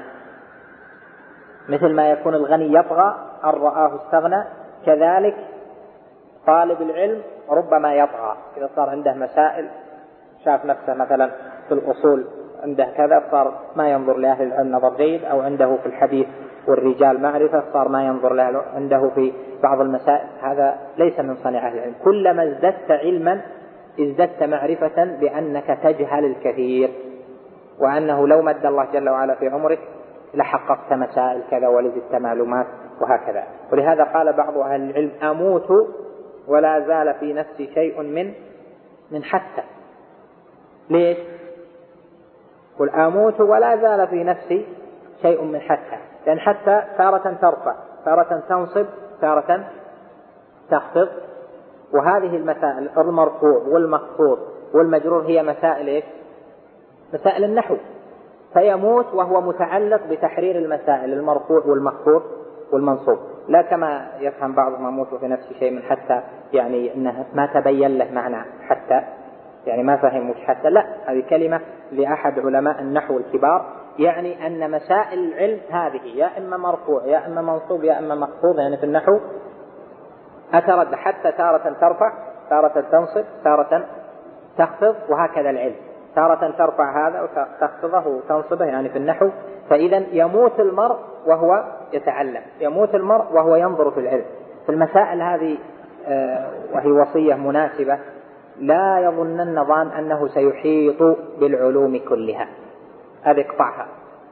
مثل ما يكون الغني يطغى أن رآه استغنى، كذلك طالب العلم ربما يطغى إذا صار عنده مسائل، شاف نفسه مثلا في الأصول عنده كذا، صار ما ينظر لأهل العلم نظر جيد، أو عنده في الحديث والرجال معرفة، صار ما ينظر له عنده في بعض المسائل. هذا ليس من صنيع أهل العلم. كلما ازددت علما ازددت معرفة بأنك تجهل الكثير، وأنه لو مد الله جل وعلا في عمرك لحققت مسائل كذا ولزدت معلومات وهكذا. ولهذا قال بعض أهل العلم: أموت ولا زال في نفسي شيء من حتى. ليش؟ قل أموت ولا زال في نفسي شيء من حتى، لأن حتى تارة ترفع، تارة تنصب، تارة تخفض، وهذه المسائل المرفوع والمخفوض والمجرور هي مسائل إيش؟ مسائل النحو. فيموت وهو متعلق بتحرير المسائل المرفوع والمخفوض والمنصوب، لا كما يفهم بعضهم أموت في نفس شيء من حتى، يعني أنه ما تبين له معنى حتى، يعني ما فهم وش حتى. لا، هذه كلمة لأحد علماء النحو الكبار، يعني أن مسائل العلم هذه يا إما مرفوع يا إما منصوب يا إما مخفوض، يعني في النحو أترد حتى تارة ترفع، تارة تنصب، تارة تخفض، وهكذا العلم تارة ترفع هذا وتخفضه وتنصبه، يعني في النحو. فإذا يموت المرء وهو يتعلم، يموت المرء وهو ينظر في العلم. في المسائل هذه وهي وصية مناسبة، لا يظنن ظان أنه سيحيط بالعلوم كلها، هذه اقطعها.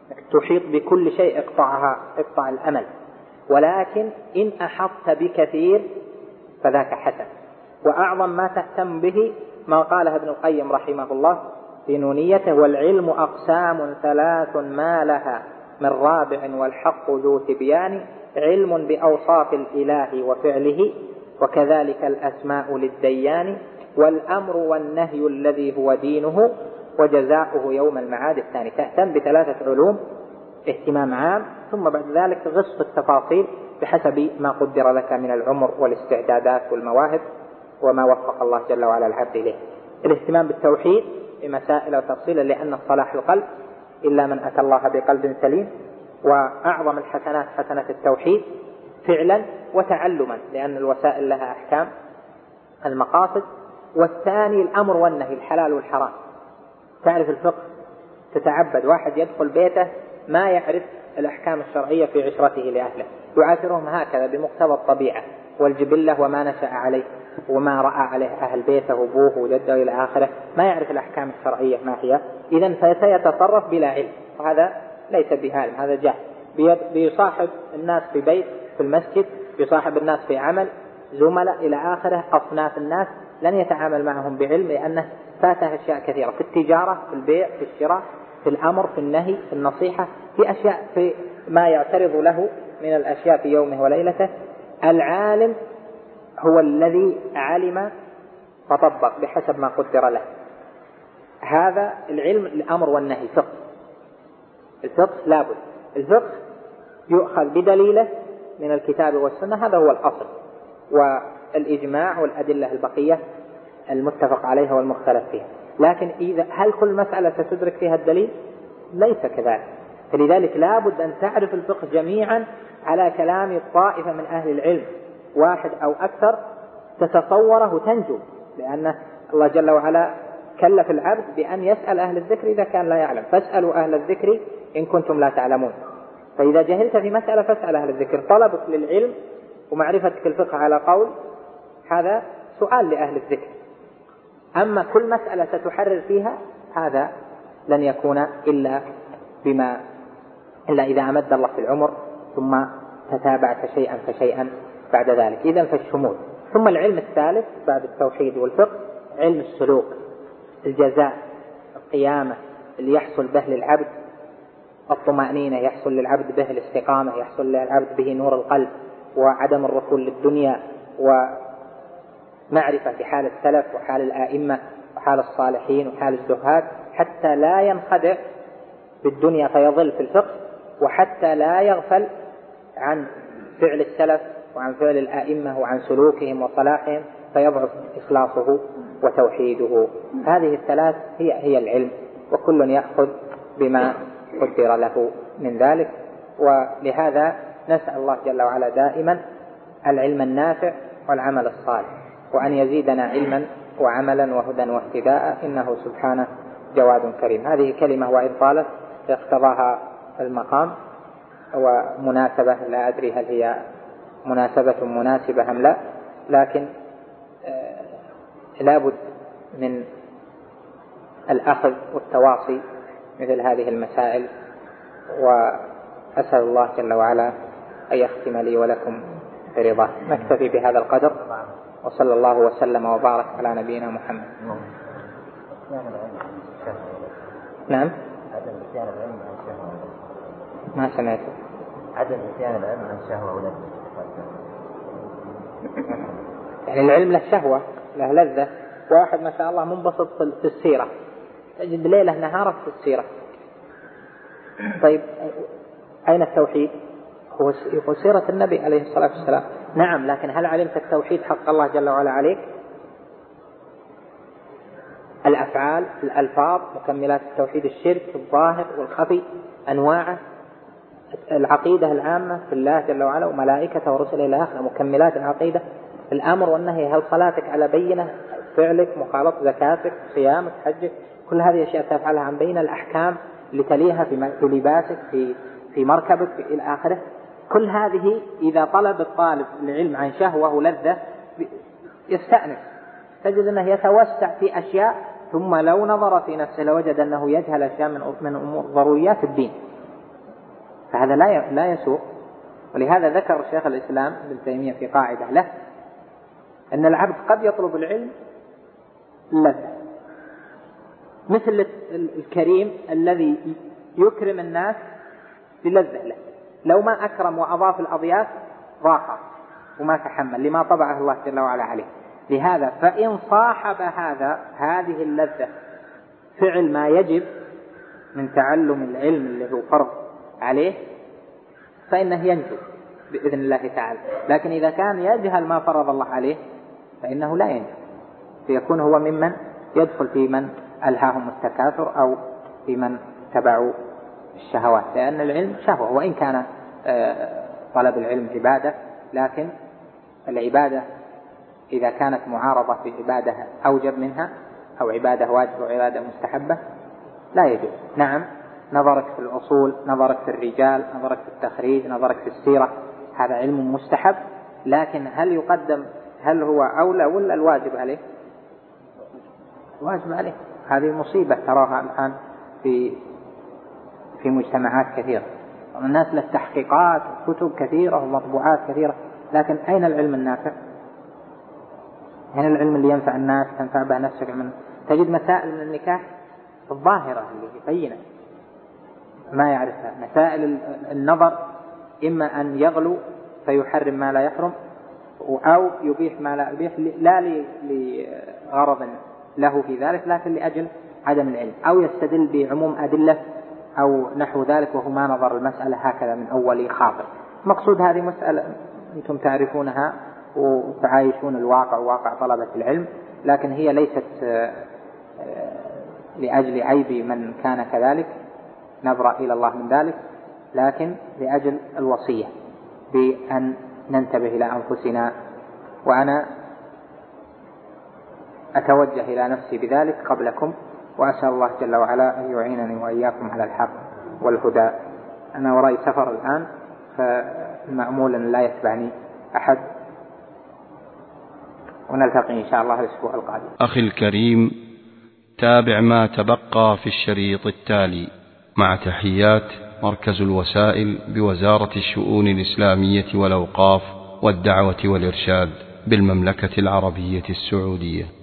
تحيط بكل شيء اقطع الأمل، ولكن إن أحطت بكثير فذاك حسن. وأعظم ما تهتم به ما قاله ابن القيم رحمه الله في نونيته: والعلم أقسام ثلاث ما لها من رابع والحق ذو تبيان، علم بأوصاف الإله وفعله وكذلك الأسماء للديان، والأمر والنهي الذي هو دينه وجزاؤه يوم المعاد الثاني. تهتم بثلاثة علوم اهتمام عام، ثم بعد ذلك غص التفاصيل بحسب ما قدر لك من العمر والاستعدادات والمواهب وما وفق الله جل وعلا العبد إليه. الاهتمام بالتوحيد بمسائل وتفصيلا، لأن صلاح القلب إلا من أتى الله بقلب سليم. وأعظم الحسنات حسنة التوحيد فعلا وتعلما، لأن الوسائل لها أحكام المقاصد. والثاني الأمر والنهي، الحلال والحرام، تعرف الفقه، تتعبد. واحد يدخل بيته ما يعرف الأحكام الشرعية في عشرته لأهله، يعاشرهم هكذا بمقتضى الطبيعة والجبلة وما نشأ عليه وما رأى عليه أهل بيته وأبوه وجده إلى آخره، ما يعرف الأحكام الشرعية ما هي، إذن فسيتصرف بلا علم، وهذا ليس بعالم، هذا جهل. بيصاحب الناس في بيت، في المسجد، بيصاحب الناس في عمل، زملاء إلى آخره، أصناف الناس، لن يتعامل معهم بعلم، لأنه فاته أشياء كثيرة في التجارة، في البيع، في الشراء، في الأمر، في النهي، في النصيحة، في أشياء، في ما يعترض له من الأشياء في يومه وليلته. العالم هو الذي علم فطبق بحسب ما قدر له. هذا العلم، الأمر والنهي، فقه. الفقه لابد، الفقه يؤخذ بدليله من الكتاب والسنة، هذا هو الأصل، والإجماع والأدلة البقية المتفق عليها والمختلف فيها. لكن هل كل مسألة ستدرك فيها الدليل؟ ليس كذلك. فلذلك لابد أن تعرف الفقه جميعا على كلام طائفة من أهل العلم، واحد أو أكثر، تتصوره تنجو، لأن الله جل وعلا كلف العبد بأن يسأل أهل الذكر إذا كان لا يعلم، فاسألوا أهل الذكر إن كنتم لا تعلمون. فإذا جهلت في مسألة فاسأل أهل الذكر. طلبك للعلم ومعرفتك الفقه على قول، هذا سؤال لأهل الذكر. أما كل مسألة ستحرر فيها، هذا لن يكون إلا إذا أمد الله في العمر، ثم تتابعت شيئا فشيئا بعد ذلك. إذن فالشمول. ثم العلم الثالث بعد التوحيد والفقه علم السلوك، الجزاء، القيامة اللي يحصل به للعبد، الطمأنينة يحصل للعبد به، الاستقامة يحصل للعبد به نور القلب، وعدم الركون للدنيا، ومعرفة بحال السلف وحال الآئمة وحال الصالحين وحال الزهاد، حتى لا ينخدع بالدنيا فيضل في الفقه، وحتى لا يغفل عن فعل السلف وعن فعل الآئمة وعن سلوكهم وصلاحهم فيضعف إخلاصه وتوحيده. هذه الثلاث هي العلم، وكل يأخذ بما قدر له من ذلك. ولهذا نسأل الله جل وعلا دائما العلم النافع والعمل الصالح، وأن يزيدنا علما وعملا وهدى واهتداء، إنه سبحانه جواد كريم. هذه كلمة وإن طالت اقتضاها المقام ومناسبة، لا أدري هل هي مناسبة مناسبة أم لا، لكن لابد من الأخذ والتواصي مثل هذه المسائل. وأسأل الله جل وعلا أن يختم لي ولكم برضاه. نكتفي بهذا القدر، وصلى الله وسلم وبارك على نبينا محمد. نعم، ما سمعت. عدم نسيان العلم عن الشهوة ولا يعني العلم له شهوة، له لذة. واحد ما شاء الله منبسط في السيرة، تجد ليلة نهارة في السيرة. طيب أين التوحيد؟ هو سيرة النبي عليه الصلاة والسلام. نعم، لكن هل علمت التوحيد حق الله جل وعلا عليك؟ الأفعال، الألفاظ، مكملات التوحيد، الشرك الظاهر والخفي، أنواعه، العقيدة العامة في الله جل وعلا وملائكته ورسله إلى آخره، مكملات العقيدة، الأمر والنهي، هل صلاتك على بينة، فعلك، مخالطة، زكاتك، صيامك، حجك، كل هذه أشياء تفعلها عن بينة، الأحكام اللي تليها في لباسك، في مركبك إلى آخره. كل هذه إذا طلب الطالب العلم عن شهوة ولذة يستأنف، تجد أنه يتوسع في أشياء، ثم لو نظر في نفسه لوجد أنه يجهل أشياء من أمور ضروريات الدين. فهذا لا يسوق. ولهذا ذكر شيخ الإسلام ابن تيمية في قاعدة له أن العبد قد يطلب العلم لذة، مثل الكريم الذي يكرم الناس بلذة له، لو ما أكرم وأضاف الأضياف ضاق وما تحمل لما طبعه الله جل وعلا عليه. لهذا فإن صاحب هذه اللذة فعل ما يجب من تعلم العلم اللي هو فرض عليه فإنه ينجو بإذن الله تعالى. لكن إذا كان يجهل ما فرض الله عليه فإنه لا ينجو، فيكون هو ممن يدخل في من ألهاهم التكاثر أو في من تبعوا الشهوات، لأن العلم شهوة، وإن كان طلب العلم عبادة، لكن العبادة إذا كانت معارضة في عبادة أوجب منها أو عبادة واجب وعبادة مستحبة لا يجوز. نعم، نظرك في الأصول، نظرك في الرجال، نظرك في التخريج، نظرك في السيرة، هذا علم مستحب، لكن هل يقدم، هل هو أولى ولا الواجب عليه؟ الواجب عليه. هذه مصيبة تراها الآن في مجتمعات كثيرة، الناس للتحقيقات كتب كثيرة ومطبوعات كثيرة، لكن أين العلم النافع؟ أين العلم اللي ينفع الناس تنفع به نفسك؟ تجد مسائل من النكاح الظاهرة اللي بينة ما يعرفها، مسائل النظر إما أن يغلو فيحرم ما لا يحرم، أو يبيح ما لا يبيح، لا لغرض له في ذلك لكن لأجل عدم العلم، أو يستدل بعموم أدلة أو نحو ذلك وهو ما نظر المسألة هكذا من أول خاطر. مقصود هذه مسألة أنتم تعرفونها وتعايشون الواقع واقع طلبة العلم، لكن هي ليست لأجل عيب من كان كذلك، نبرأ إلى الله من ذلك، لكن لأجل الوصية بأن ننتبه إلى أنفسنا. وأنا أتوجه إلى نفسي بذلك قبلكم، وأسأل الله جل وعلا أن يعينني وإياكم على الحق والهدى. أنا وراي سفر الآن، فمأمول أن لا يتبعني أحد، ونلتقي إن شاء الله الأسبوع القادم. أخي الكريم، تابع ما تبقى في الشريط التالي، مع تحيات مركز الوسائل بوزارة الشؤون الإسلامية والأوقاف والدعوة والإرشاد بالمملكة العربية السعودية.